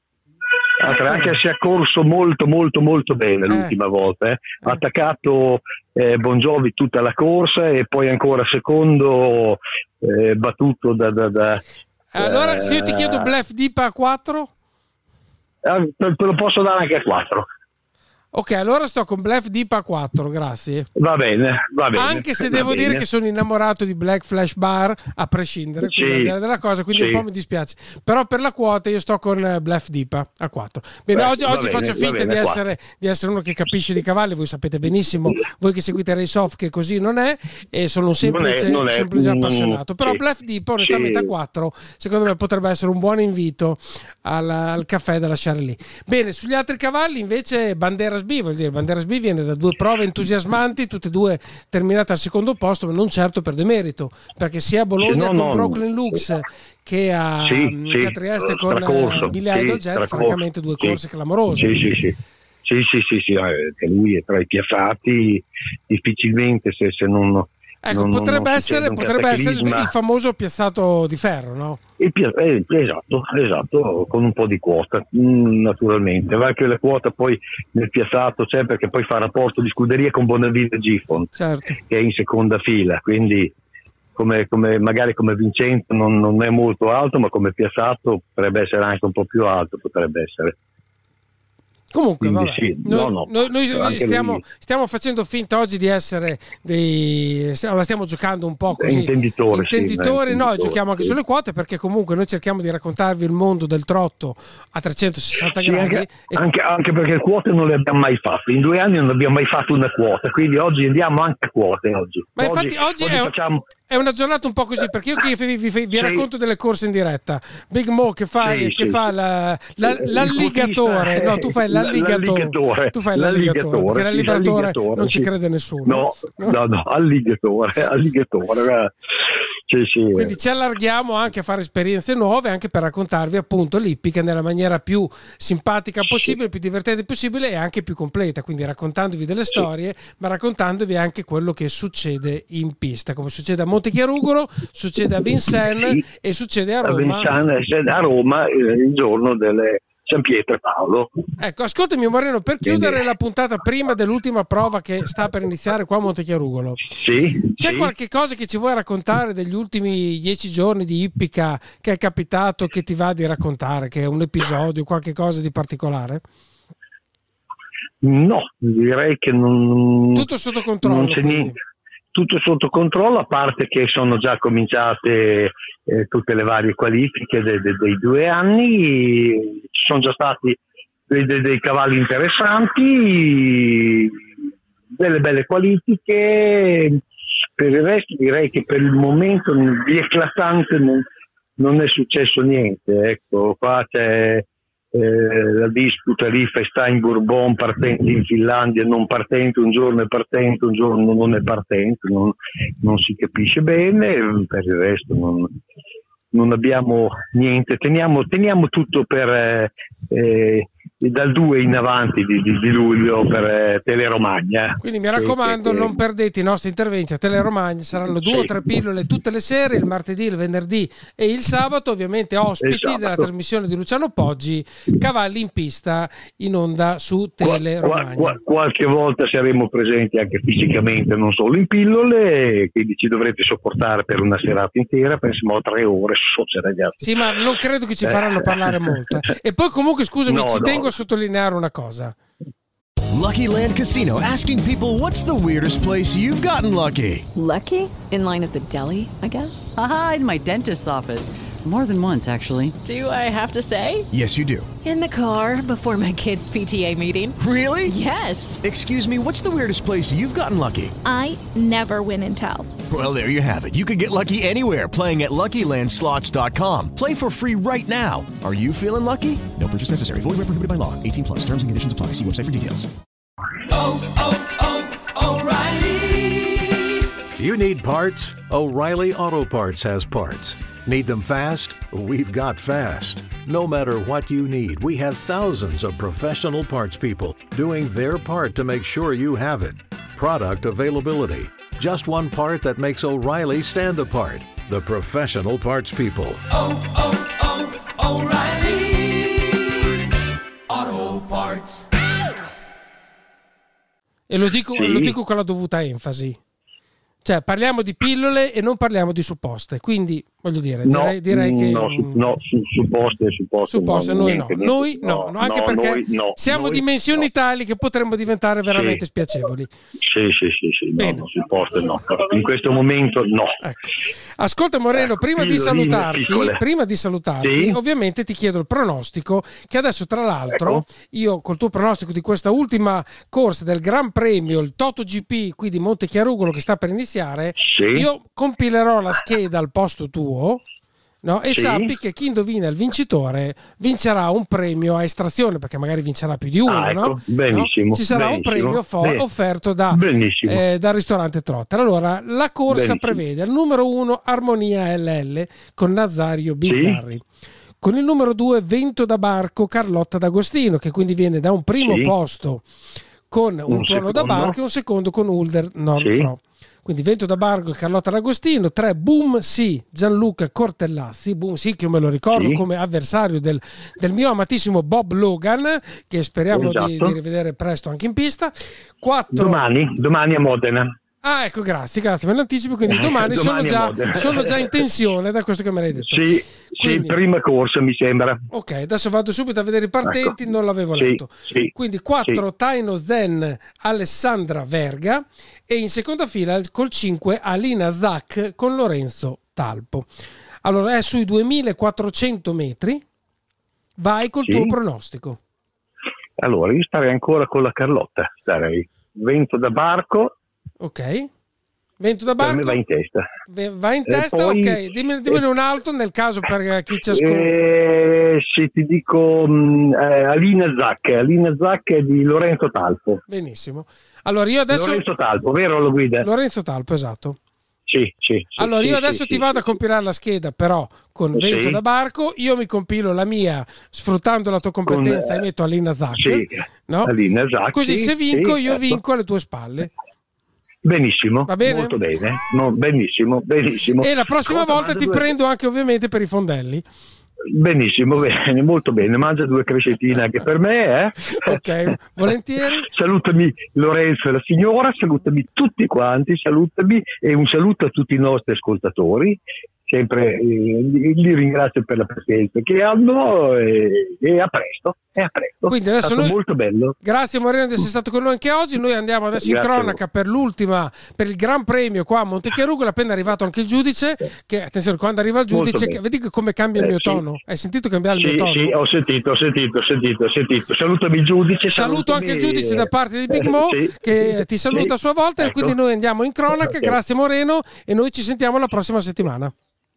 A tre, anche se ha corso molto molto molto bene l'ultima eh. volta. Eh. Ha attaccato eh, Bon Jovi tutta la corsa e poi ancora secondo eh, battuto da... da, da allora, eh, se io ti chiedo Blef Deep a quattro? Eh, te lo posso dare anche a quattro. Ok, allora sto con Blef Deep a quattro, grazie. Va bene, va bene. Anche se va devo bene. dire che sono innamorato di Black Flash Bar, a prescindere sì, quindi della cosa, quindi sì. un po' mi dispiace. Però per la quota io sto con Blef Deep a quattro. Bene, Beh, oggi, oggi bene, faccio finta di essere, di essere uno che capisce di cavalli, voi sapete benissimo, voi che seguite Race Off, che così non è, e sono un semplice, non è, non semplice è, appassionato. Però sì, Blef Deep onestamente sì. a quattro, secondo me potrebbe essere un buon invito al, al caffè da lasciare lì. Bene, sugli altri cavalli invece Banderas B, vuol dire Banderas B viene da due prove entusiasmanti, tutte e due terminate al secondo posto, ma non certo per demerito, perché sia a Bologna no, con no, Brooklyn Lux che a, sì, che a Trieste con uh, Billy Idol sì, Jet, francamente due corse sì, clamorose. Sì, sì, sì. Sì, sì, sì, sì, eh, lui è tra i piazzati, difficilmente se, se non... Ecco, non, potrebbe non essere, potrebbe essere il, il famoso piazzato di ferro, no? Il, eh, esatto, esatto, con un po' di quota, mm, naturalmente. Va che la quota poi nel piazzato c'è, perché poi fa rapporto di scuderia con Bonavide e Gifon, certo. che è in seconda fila, quindi come, come magari come vincente non, non è molto alto, ma come piazzato potrebbe essere anche un po' più alto, potrebbe essere. Comunque, vabbè. Sì, noi, no, no, noi, noi stiamo, stiamo facendo finta oggi di essere dei, la stiamo giocando un po' così intenditori, intenditori sì, no, giochiamo anche sì. sulle quote, perché comunque noi cerchiamo di raccontarvi il mondo del trotto a trecentosessanta sì, gradi anche, e... anche, anche perché quote non le abbiamo mai fatte, in due anni non abbiamo mai fatto una quota, quindi oggi andiamo anche a quote oggi. Ma oggi, infatti oggi, oggi è, facciamo... è una giornata un po' così, perché io vi, vi, vi, vi sì. racconto delle corse in diretta. Big Mo che fa, sì, che sì, fa sì. La, la, l'alligatore, no, tu fai l'alligatore. Tu fai l'alligatore, perché l'alligatore non ci crede nessuno. No, no, no, alligatore, alligatore. Sì, sì. Quindi ci allarghiamo anche a fare esperienze nuove, anche per raccontarvi appunto l'ippica nella maniera più simpatica possibile, sì. più divertente possibile e anche più completa, quindi raccontandovi delle storie, sì. ma raccontandovi anche quello che succede in pista, come succede a Montechiarugolo, succede a Vincennes sì. e succede a Roma. A Vincennes, a Roma il giorno delle San Pietro e Paolo. Ecco, ascoltami Moreno, per chiudere Quindi... la puntata prima dell'ultima prova che sta per iniziare qua a Montechiarugolo, sì, c'è sì. qualche cosa che ci vuoi raccontare degli ultimi dieci giorni di ippica che è capitato, che ti va di raccontare, che è un episodio, qualche cosa di particolare? No, direi che non... Tutto sotto controllo. Non c'è niente. Tutto sotto controllo, a parte che sono già cominciate eh, tutte le varie qualifiche de, de, dei due anni, ci sono già stati dei, dei, dei cavalli interessanti, delle belle qualifiche. Per il resto direi che per il momento di eclatante non, non è successo niente. Ecco, qua c'è Eh, la disputa Riefenstein Bourbon, partente in Finlandia, non partente, un giorno è partente, un giorno non è partente, non, non si capisce bene. Per il resto non, non abbiamo niente, teniamo, teniamo tutto per eh, eh, dal due in avanti di, di, di luglio per eh, Teleromagna. Quindi mi raccomando, che, che, non perdete i nostri interventi a Teleromagna, saranno due sì. o tre pillole tutte le sere, il martedì, il venerdì e il sabato, ovviamente ospiti esatto. della trasmissione di Luciano Poggi, cavalli in pista in onda su Teleromagna. Qual, qual, qualche volta saremo presenti anche fisicamente, non solo in pillole, quindi ci dovrete sopportare per una serata intera, pensiamo a tre ore, so, ragazzi. Sì, ma non credo che ci faranno parlare molto. E poi comunque scusami, no, ci no. tengo a sottolineare una cosa. Lucky Land Casino, asking people, what's the weirdest place you've gotten lucky? Lucky? In line at the deli, I guess? Aha, in my dentist's office. More than once, actually. Do I have to say? Yes, you do. In the car before my kids' P T A meeting. Really? Yes. Excuse me, what's the weirdest place you've gotten lucky? I never win and tell. Well, there you have it. You can get lucky anywhere, playing at Lucky Land Slots dot com. Play for free right now. Are you feeling lucky? No purchase necessary. Void where prohibited by law. eighteen plus. Terms and conditions apply. See website for details. Oh, oh, oh, O'Reilly You need parts? O'Reilly Auto Parts has parts. Need them fast? We've got fast. No matter what you need, we have thousands of professional parts people doing their part to make sure you have it. Product availability. Just one part that makes O'Reilly stand apart. The professional parts people. Oh, oh, oh, O'Reilly Auto Parts. E lo dico, Sì. lo dico con la dovuta enfasi. Cioè, parliamo di pillole e non parliamo di supposte. Quindi, voglio dire, No, direi, direi che... no, su, no, su, su poste, su poste, Supposte, no, noi niente, no. niente. Noi no, no, anche no, perché noi no, siamo noi dimensioni no. tali che potremmo diventare veramente Sì. spiacevoli. Sì, sì, sì, sì, no, Bene. no, su poste no. In questo momento no. Ecco. Ascolta Moreno, Ecco, prima di pilloline salutarti, piccole. prima di salutarti, Sì. ovviamente ti chiedo il pronostico, che adesso tra l'altro Ecco. io col tuo pronostico di questa ultima corsa del Gran Premio, il Toto G P qui di Montechiarugolo che sta per iniziare, Sì. io compilerò la scheda al posto tuo. No? E Sì. sappi che chi indovina il vincitore vincerà un premio a estrazione, perché magari vincerà più di uno, Ah, ecco, no? benissimo, No? Ci sarà un benissimo. premio fo- Beh, offerto da, benissimo. eh, dal ristorante Trotter. Allora, la corsa Benissimo. prevede il numero uno Armonia L L con Nazario Bizzarri. Con il numero due Vento da Barco Carlotta D'Agostino, che quindi viene da un primo Sì. posto con un, Un tuono da secondo. barco e un secondo con Ulder Nordfro. Sì. Quindi Vento da Barco e Carlotta D'Agostino. tre Boom sì Gianluca Cortellazzi. Boom sì, che io me lo ricordo Sì. come avversario del, del mio amatissimo Bob Logan, che speriamo di, Esatto. di rivedere presto anche in pista. quattro Domani, domani a Modena. Ah, ecco, grazie, grazie, me lo anticipo, quindi Eh, domani, sono, domani a già, Modena. sono già in tensione da questo che me l'hai detto. Sì, sì, Quindi- prima corsa mi sembra. Ok, adesso vado subito a vedere i partenti, Ecco. non l'avevo Sì, letto. sì, Quindi quattro sì. Taino Zen Alessandra Verga e in seconda fila col cinque Alina Zac con Lorenzo Talpo. Allora è sui duemilaquattrocento metri, vai col Sì. tuo pronostico. Allora, io starei ancora con la Carlotta, starei. Vento da barco, Ok? Vento da per me barco, va in testa. ve- va in E testa, poi- ok, dimmi, dimmene un altro nel caso per chi ci ascolta. Eh, se ti dico mh, eh, Alina Zac, Alina Zac è di Lorenzo Talpo. Benissimo. Allora io adesso... Lorenzo Talpo, vero lo guida? Lorenzo Talpo, esatto. Sì, sì, sì. Allora sì, io sì, adesso sì, ti sì, vado sì. a compilare la scheda, però con Sì. Vento da Barco, io mi compilo la mia sfruttando la tua competenza Con, e metto Alina Zac, Sì, no? Alina Zac. Così sì, se vinco sì, io certo. vinco alle tue spalle. Benissimo, Va bene? molto bene, no, benissimo, benissimo. E la prossima Ascolta, volta mangia ti due- prendo anche ovviamente per i fondelli. Benissimo, bene, molto bene, mangia due crescetine anche per me, eh? Ok, volentieri. Salutami Lorenzo e la signora, salutami tutti quanti, salutami e un saluto a tutti i nostri ascoltatori. Sempre eh, li, li ringrazio per la presenza che hanno e, e a presto, e a presto. Quindi adesso è stato noi- molto bello. Grazie Moreno di essere stato con noi anche oggi. Noi andiamo adesso in Grazie a cronaca per l'ultima, per il Gran Premio qua a Montechiarugolo. È appena arrivato anche il giudice. Che attenzione, quando arriva il Molto giudice, bene. che- vedi che come cambia il Eh, mio sì. tono? Hai sentito cambiare il Sì, mio tono? sì, ho sentito, ho sentito, ho sentito, ho sentito. Salutami il giudice. Saluto salutami- anche il giudice da parte di Big Mo, Eh, sì, che ti saluta sì. a sua volta. E Ecco. quindi noi andiamo in cronaca. Ok. Grazie Moreno, e noi ci sentiamo la prossima settimana.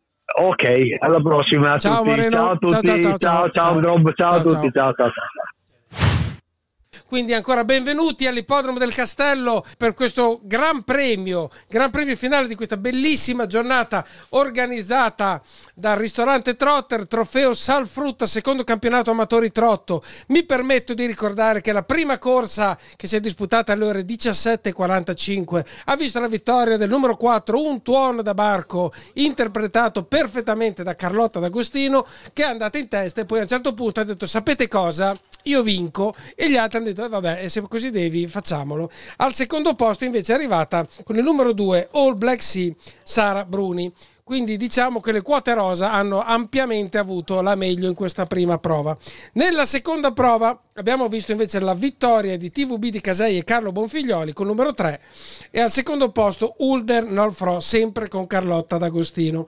Ok, alla prossima a Ciao, tutti. Moreno. Ciao a tutti. Ciao, ciao, ciao, ciao, ciao. ciao, Rob, ciao, Ciao, a tutti. ciao. Ciao, ciao, ciao. Quindi ancora benvenuti all'Ippodromo del Castello per questo Gran Premio, Gran Premio finale di questa bellissima giornata organizzata dal ristorante Trotter, trofeo Salfrutta, secondo campionato amatori trotto. Mi permetto di ricordare che la prima corsa, che si è disputata alle ore diciassette e quarantacinque, ha visto la vittoria del numero quattro, Un Tuono da Barco, interpretato perfettamente da Carlotta D'Agostino, che è andata in testa e poi a un certo punto ha detto: sapete cosa? Io vinco. E gli altri hanno detto: eh vabbè, e se così devi, facciamolo. Al secondo posto invece è arrivata con il numero due All Black Sea Sara Bruni. Quindi diciamo che le quote rosa hanno ampiamente avuto la meglio in questa prima prova. Nella seconda prova abbiamo visto invece la vittoria di T V B di Casei e Carlo Bonfiglioli con il numero tre, e al secondo posto Ulder Nolfro, sempre con Carlotta D'Agostino.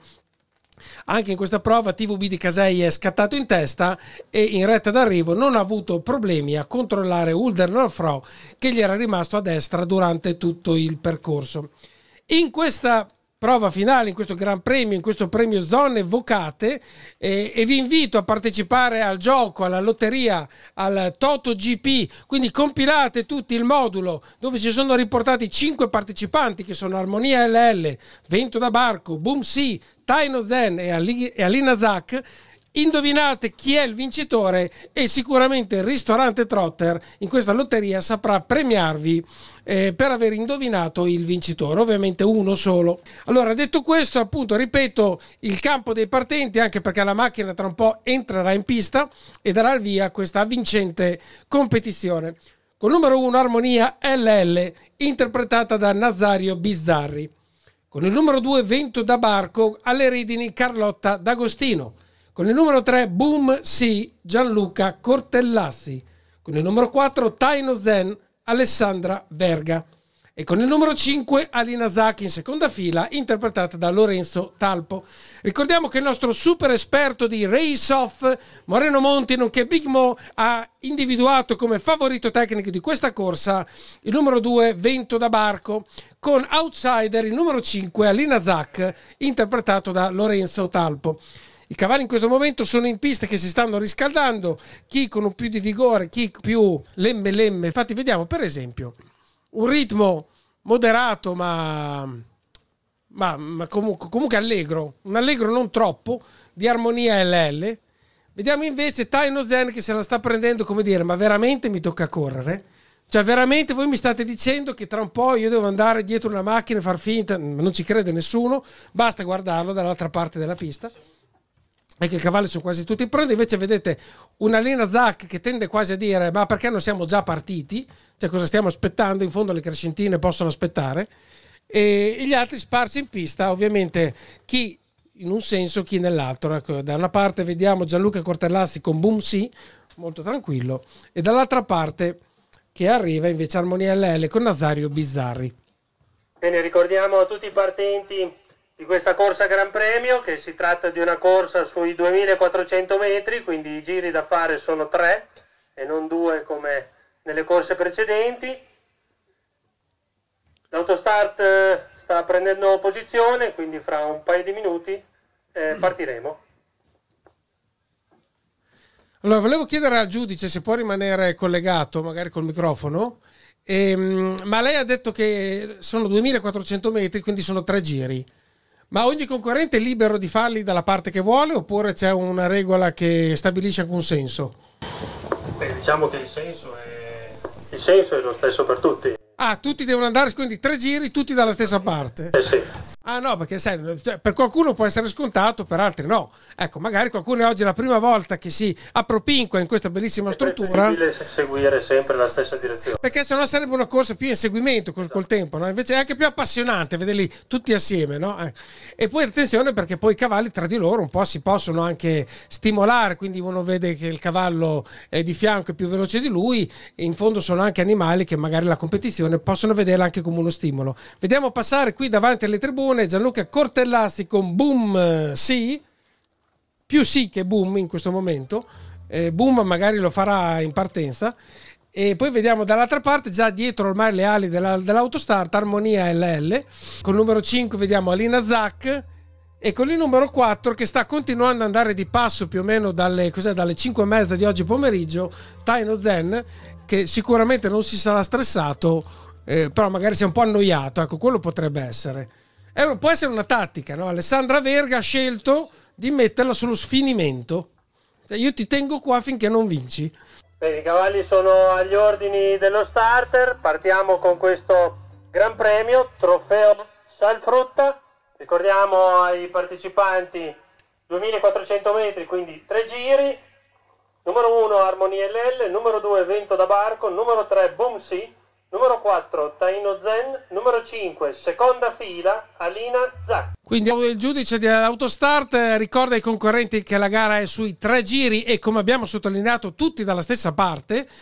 Anche in questa prova T V B di Casei è scattato in testa e in retta d'arrivo non ha avuto problemi a controllare Ulder Nolfro, che gli era rimasto a destra durante tutto il percorso. In questa prova finale in questo Gran Premio, in questo premio Zone Vocate, eh, e vi invito a partecipare al gioco, alla lotteria, al Toto G P. Quindi compilate tutti il modulo dove ci sono riportati cinque partecipanti che sono Armonia L L, Vento da Barco, Boom C, Taino Zen e, Ali- e Alina Zak. Indovinate chi è il vincitore e sicuramente il ristorante Trotter in questa lotteria saprà premiarvi eh, per aver indovinato il vincitore, ovviamente uno solo. Allora, detto questo, appunto, ripeto il campo dei partenti, anche perché la macchina tra un po' entrerà in pista e darà il via a questa vincente competizione. Con numero uno Armonia L L, interpretata da Nazario Bizzarri. Con il numero due Vento da Barco, alle redini Carlotta D'Agostino. Con il numero tre Boom C, Gianluca Cortellassi. Con il numero quattro Taino Zen, Alessandra Verga. E con il numero cinque Alina Zak in seconda fila, interpretata da Lorenzo Talpo. Ricordiamo che il nostro super esperto di Race Off, Moreno Monti, nonché Big Mo, ha individuato come favorito tecnico di questa corsa il numero due Vento da Barco, con outsider il numero cinque Alina Zak, interpretato da Lorenzo Talpo. I cavalli in questo momento sono in pista che si stanno riscaldando, chi con un più di vigore, chi più lemme lemme. Infatti vediamo per esempio un ritmo moderato ma, ma, ma comunque, comunque allegro, un allegro non troppo di Armonia L L. Vediamo invece Taino Zen che se la sta prendendo, come dire, ma veramente mi tocca correre? Cioè veramente voi mi state dicendo che tra un po' io devo andare dietro una macchina e far finta? Non ci crede nessuno, basta guardarlo dall'altra parte della pista. E che i cavalli sono quasi tutti pronti. Invece vedete una Alina Zak che tende quasi a dire ma perché non siamo già partiti, cioè cosa stiamo aspettando, in fondo le crescentine possono aspettare, e gli altri sparsi in pista, ovviamente chi in un senso chi nell'altro. Ecco, da una parte vediamo Gianluca Cortellassi con Boom C molto tranquillo, e dall'altra parte che arriva invece Armonia L L con Nazario Bizzarri. Bene, ricordiamo a tutti i partenti di questa corsa Gran Premio che si tratta di una corsa sui duemilaquattrocento metri, quindi i giri da fare sono tre e non due come nelle corse precedenti. L'autostart sta prendendo posizione, quindi fra un paio di minuti eh, partiremo. Allora, volevo chiedere al giudice se può rimanere collegato magari col microfono, ehm, ma lei ha detto che sono duemilaquattrocento metri, quindi sono tre giri. Ma ogni concorrente è libero di farli dalla parte che vuole oppure c'è una regola che stabilisce alcun senso? Beh, diciamo che il senso è, il senso è lo stesso per tutti. Ah, tutti devono andare, quindi tre giri, tutti dalla stessa parte? Eh sì. Ah no, perché sai, cioè, per qualcuno può essere scontato, per altri no. Ecco, magari qualcuno oggi è la prima volta che si appropinqua in questa bellissima struttura. È preferibile seguire sempre la stessa direzione. Perché sennò sarebbe una corsa più in seguimento col, col tempo, no? Invece è anche più appassionante vederli tutti assieme, no? Eh. E poi attenzione perché poi i cavalli tra di loro un po' si possono anche stimolare, quindi uno vede che il cavallo è di fianco è più veloce di lui, e in fondo sono anche animali che magari la competizione possono vederla anche come uno stimolo. Vediamo passare qui davanti alle tribune Gianluca Cortellassi con Boom C, più sì che Boom in questo momento, eh, Boom magari lo farà in partenza, e poi vediamo dall'altra parte già dietro ormai le ali della, dell'autostart Armonia L L, con il numero cinque vediamo Alina Zak, e con il numero quattro che sta continuando ad andare di passo più o meno dalle, cos'è, dalle cinque e mezza di oggi pomeriggio, Taino Zen, che sicuramente non si sarà stressato, eh, però magari si è un po' annoiato, ecco, quello potrebbe essere. È, può essere una tattica, no? Alessandra Verga ha scelto di metterla sullo sfinimento, cioè, io ti tengo qua finché non vinci. Bene, i cavalli sono agli ordini dello starter, partiamo con questo Gran Premio, trofeo Salfrutta. Ricordiamo ai partecipanti duemilaquattrocento metri, quindi tre giri. Numero uno Armonia L L, numero due Vento da Barco, numero tre Boom C, numero quattro Taino Zen, numero cinque seconda fila Alina Zak. Quindi il giudice dell'autostart ricorda ai concorrenti che la gara è sui tre giri e, come abbiamo sottolineato, tutti dalla stessa parte.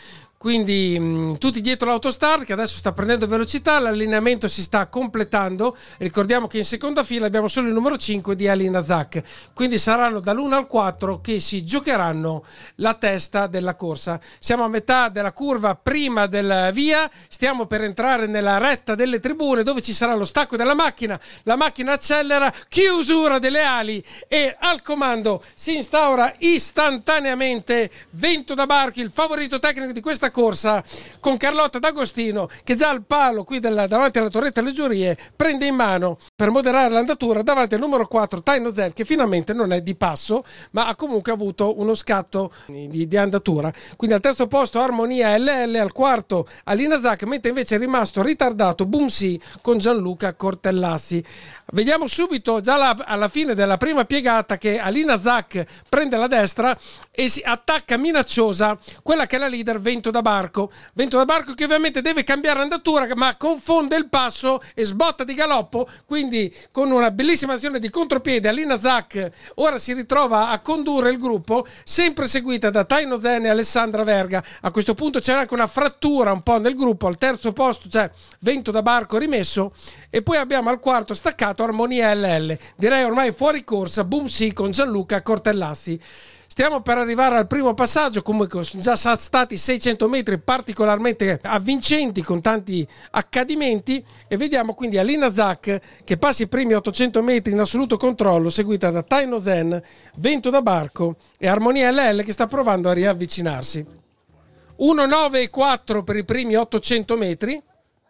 quindi mh, tutti dietro l'autostart che adesso sta prendendo velocità, l'allineamento si sta completando. Ricordiamo che in seconda fila abbiamo solo il numero cinque di Alina Zak, quindi saranno dall'uno al quattro che si giocheranno la testa della corsa. Siamo a metà della curva prima del via, stiamo per entrare nella retta delle tribune dove ci sarà lo stacco della macchina, la macchina accelera, chiusura delle ali e al comando si instaura istantaneamente Vento da Barco, il favorito tecnico di questa corsa, con Carlotta D'Agostino che già al palo qui della, davanti alla torretta delle giurie prende in mano per moderare l'andatura davanti al numero quattro Taino Zen, che finalmente non è di passo ma ha comunque avuto uno scatto di, di andatura. Quindi al terzo posto Armonia L L, al quarto Alina Zak, mentre invece è rimasto ritardato Bumsi con Gianluca Cortellassi. Vediamo subito già la, alla fine della prima piegata che Alina Zak prende la destra e si attacca minacciosa quella che è la leader Vento da Barco. Vento da Barco che ovviamente deve cambiare andatura ma confonde il passo e sbotta di galoppo, quindi con una bellissima azione di contropiede Alina Zak ora si ritrova a condurre il gruppo, sempre seguita da Taino Zen e Alessandra Verga. A questo punto c'era anche una frattura un po' nel gruppo, al terzo posto c'è Vento da Barco rimesso e poi abbiamo al quarto staccato Armonia L L, direi ormai fuori corsa Bumsi con Gianluca Cortellassi. Stiamo per arrivare al primo passaggio, comunque sono già stati seicento metri particolarmente avvincenti con tanti accadimenti e vediamo quindi Alina Zak che passa i primi ottocento metri in assoluto controllo, seguita da Taino Zen, Vento da Barco e Armonia L L che sta provando a riavvicinarsi. uno nove quattro per i primi ottocento metri.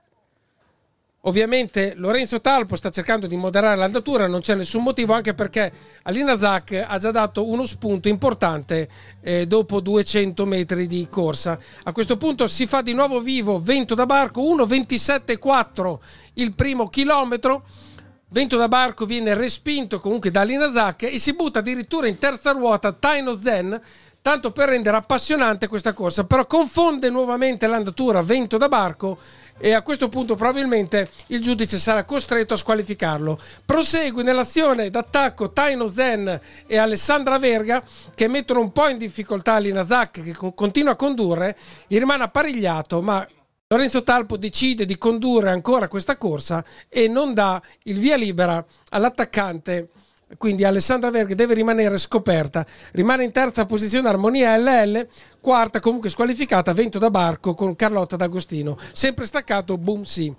Ovviamente Lorenzo Talpo sta cercando di moderare l'andatura, non c'è nessun motivo, anche perché Alina Zak ha già dato uno spunto importante eh, dopo duecento metri di corsa. A questo punto si fa di nuovo vivo Vento da Barco, uno ventisette quattro il primo chilometro. Vento da Barco viene respinto comunque da Alina Zak e si butta addirittura in terza ruota Taino Zen, tanto per rendere appassionante questa corsa, però confonde nuovamente l'andatura Vento da Barco e a questo punto probabilmente il giudice sarà costretto a squalificarlo. Prosegue nell'azione d'attacco Taino Zen e Alessandra Verga che mettono un po' in difficoltà Alina Zak che continua a condurre, gli rimane apparigliato ma Lorenzo Talpo decide di condurre ancora questa corsa e non dà il via libera all'attaccante. Quindi Alessandra Verga deve rimanere scoperta, rimane in terza posizione Armonia L L, quarta comunque squalificata Vento da Barco con Carlotta D'Agostino, sempre staccato Bumsi.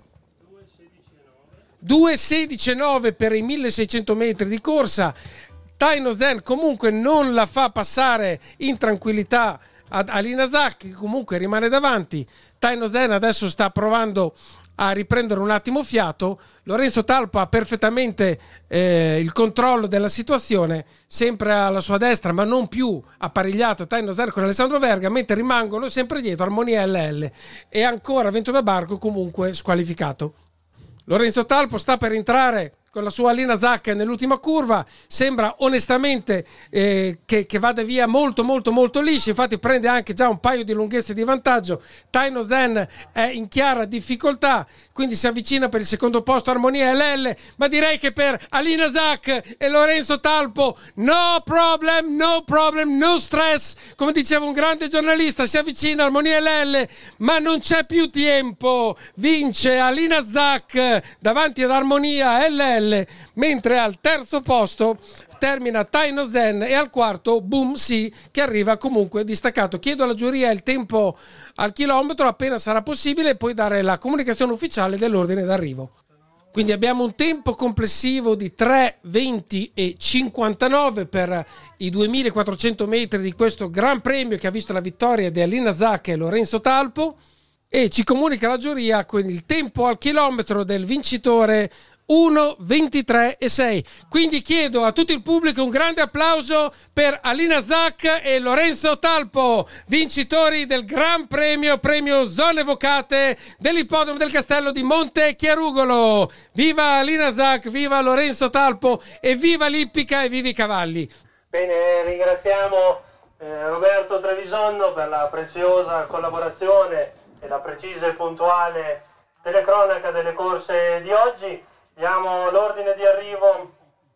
due sedici nove per i milleseicento metri di corsa, Taino Zen comunque non la fa passare in tranquillità ad Alina Zak che comunque rimane davanti. Taino Zen adesso sta provando a riprendere un attimo fiato. Lorenzo Talpo ha perfettamente eh, il controllo della situazione, sempre alla sua destra ma non più apparigliato Taino Zen con Alessandro Verga, mentre rimangono sempre dietro Armonia L L e ancora Vento da Barco comunque squalificato. Lorenzo Talpo sta per entrare con la sua Alina Zak nell'ultima curva, sembra onestamente eh, che, che vada via molto molto molto liscio, infatti prende anche già un paio di lunghezze di vantaggio. Taino Zen è in chiara difficoltà, quindi si avvicina per il secondo posto Armonia L L, ma direi che per Alina Zak e Lorenzo Talpo no problem, no problem, no stress, come diceva un grande giornalista, si avvicina Armonia L L ma non c'è più tempo, vince Alina Zak davanti ad Armonia L L, mentre al terzo posto termina Taino Zen e al quarto Bumsi che arriva comunque distaccato. Chiedo alla giuria il tempo al chilometro appena sarà possibile e poi dare la comunicazione ufficiale dell'ordine d'arrivo. Quindi abbiamo un tempo complessivo di tre venti e cinquantanove per i duemilaquattrocento metri di questo Gran Premio che ha visto la vittoria di Alina Zak e Lorenzo Talpo, e ci comunica la giuria con il tempo al chilometro del vincitore uno ventitré e sei. Quindi chiedo a tutto il pubblico un grande applauso per Alina Zak e Lorenzo Talpo, vincitori del Gran Premio Premio Zone Vocate dell'Ippodromo del Castello di Monte Chiarugolo. Viva Alina Zak, viva Lorenzo Talpo e viva l'Ippica e viva i cavalli. Bene, ringraziamo eh, Roberto Trevisonno per la preziosa collaborazione e la precisa e puntuale telecronaca delle corse di oggi. Diamo l'ordine di arrivo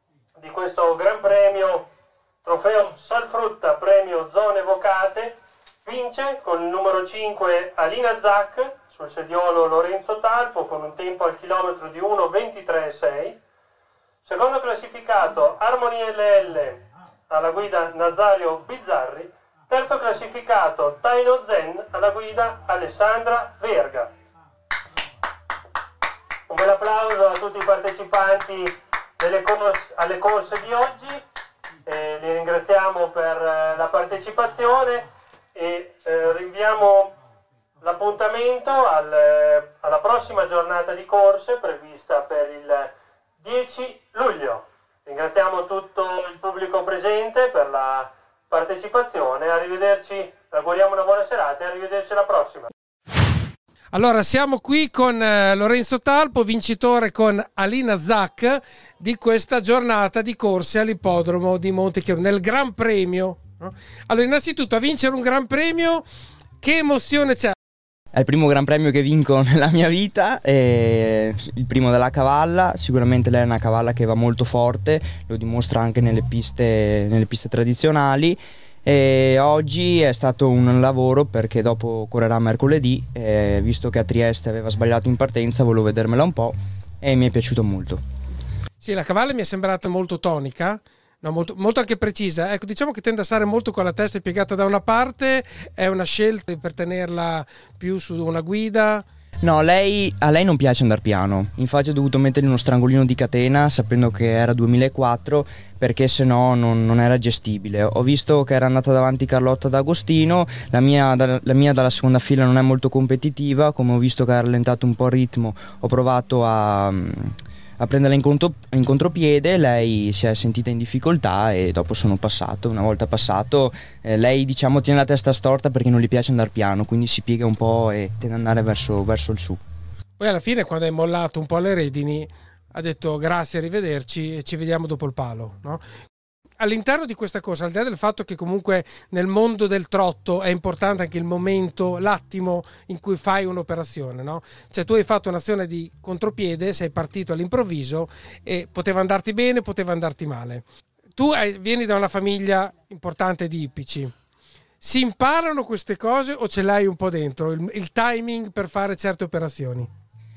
di questo Gran Premio Trofeo Salfrutta Premio Zone Vocate vince con il numero cinque Alina Zac, sul sediolo Lorenzo Talpo con un tempo al chilometro di uno ventitré sei. Secondo classificato Harmony L L alla guida Nazario Bizzarri. Terzo classificato Taino Zen alla guida Alessandra Verga. Un bel applauso a tutti i partecipanti delle corse, alle corse di oggi. Eh, li ringraziamo per eh, la partecipazione e eh, rinviamo l'appuntamento al, eh, alla prossima giornata di corse prevista per il dieci luglio. Ringraziamo tutto il pubblico presente per la partecipazione. Arrivederci, auguriamo una buona serata e arrivederci alla prossima. Allora, siamo qui con eh, Lorenzo Talpo, vincitore con Alina Zac di questa giornata di corse all'ippodromo di Montechiaro, nel Gran Premio. No? Allora, innanzitutto, a vincere un Gran Premio, che emozione c'è? È il primo Gran Premio che vinco nella mia vita, e il primo della cavalla. Sicuramente lei è una cavalla che va molto forte, lo dimostra anche nelle piste, nelle piste tradizionali. E oggi è stato un lavoro perché dopo correrà mercoledì, e visto che a Trieste aveva sbagliato in partenza volevo vedermela un po' e mi è piaciuto molto. Sì, la cavalla mi è sembrata molto tonica, no, molto, molto anche precisa. Ecco, diciamo che tende a stare molto con la testa piegata da una parte. È una scelta per tenerla più su una guida? No, lei, a lei non piace andare piano, infatti ho dovuto mettergli uno strangolino di catena sapendo che era duemilaquattro, perché se no non, non era gestibile. Ho visto che era andata davanti Carlotta D'Agostino, la mia, la mia dalla seconda fila non è molto competitiva, come ho visto che ha rallentato un po' il ritmo ho provato a, a prenderla in, contro, in contropiede, lei si è sentita in difficoltà e dopo sono passato. Una volta passato eh, lei diciamo tiene la testa storta perché non gli piace andare piano, quindi si piega un po' e tende ad andare verso, verso il su. Poi alla fine, quando hai mollato un po' le redini, ha detto grazie, arrivederci e ci vediamo dopo il palo, no? All'interno di questa corsa, al di là del fatto che comunque nel mondo del trotto è importante anche il momento, l'attimo in cui fai un'operazione, no? Cioè tu hai fatto un'azione di contropiede, sei partito all'improvviso e poteva andarti bene, poteva andarti male. Tu hai, vieni da una famiglia importante di ippici. Si imparano queste cose o ce l'hai un po' dentro, il, il timing per fare certe operazioni?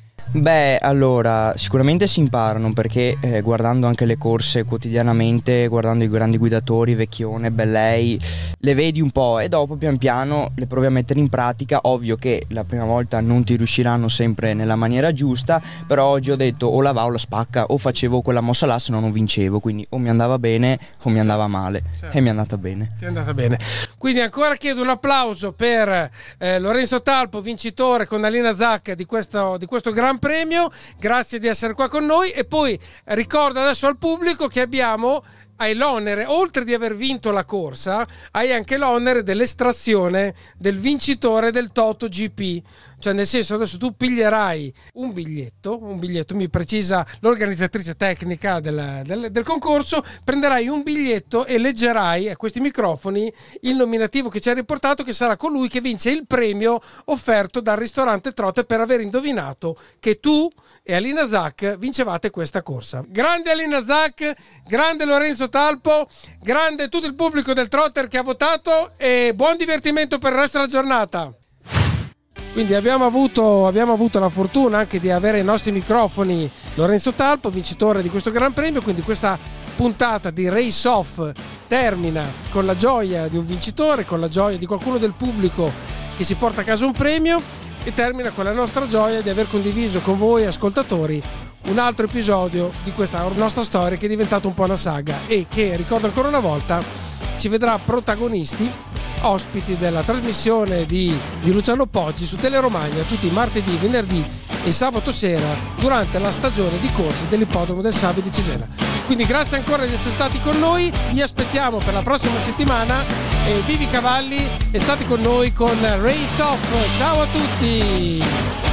Beh, allora, sicuramente si imparano perché eh, guardando anche le corse quotidianamente, guardando i grandi guidatori, Vecchione, Bellei, le vedi un po' e dopo pian piano le provi a mettere in pratica. Ovvio che la prima volta non ti riusciranno sempre nella maniera giusta, però oggi ho detto o la va o la spacca, o facevo quella mossa là se no non vincevo, quindi o mi andava bene o mi andava male, certo. E mi è andata bene. Ti è andata bene. Quindi ancora chiedo un applauso per eh, Lorenzo Talpo, vincitore con Alina Zac di questo, di questo Gran Premio. Grazie di essere qua con noi e poi ricordo adesso al pubblico che abbiamo hai l'onere, oltre di aver vinto la corsa, hai anche l'onere dell'estrazione del vincitore del Toto G P. Cioè, nel senso, adesso tu piglierai un biglietto, un biglietto, mi precisa l'organizzatrice tecnica del, del, del concorso, prenderai un biglietto e leggerai a questi microfoni il nominativo che ci ha riportato, che sarà colui che vince il premio offerto dal ristorante Trotter per aver indovinato che tu e Alina Zac vincevate questa corsa. Grande Alina Zac, grande Lorenzo Talpo, grande tutto il pubblico del Trotter che ha votato e buon divertimento per il resto della giornata. Quindi abbiamo avuto, abbiamo avuto la fortuna anche di avere ai nostri microfoni Lorenzo Talpo, vincitore di questo Gran Premio, quindi questa puntata di Race Off termina con la gioia di un vincitore, con la gioia di qualcuno del pubblico che si porta a casa un premio e termina con la nostra gioia di aver condiviso con voi ascoltatori un altro episodio di questa nostra storia che è diventata un po' una saga e che, ricordo ancora una volta, ci vedrà protagonisti, ospiti della trasmissione di, di Luciano Poggi su Teleromagna tutti i martedì, venerdì e sabato sera durante la stagione di corse dell'ippodromo del Savio di Cesena. Quindi grazie ancora di essere stati con noi, vi aspettiamo per la prossima settimana e vivi i cavalli e state con noi con Race Off. Ciao a tutti!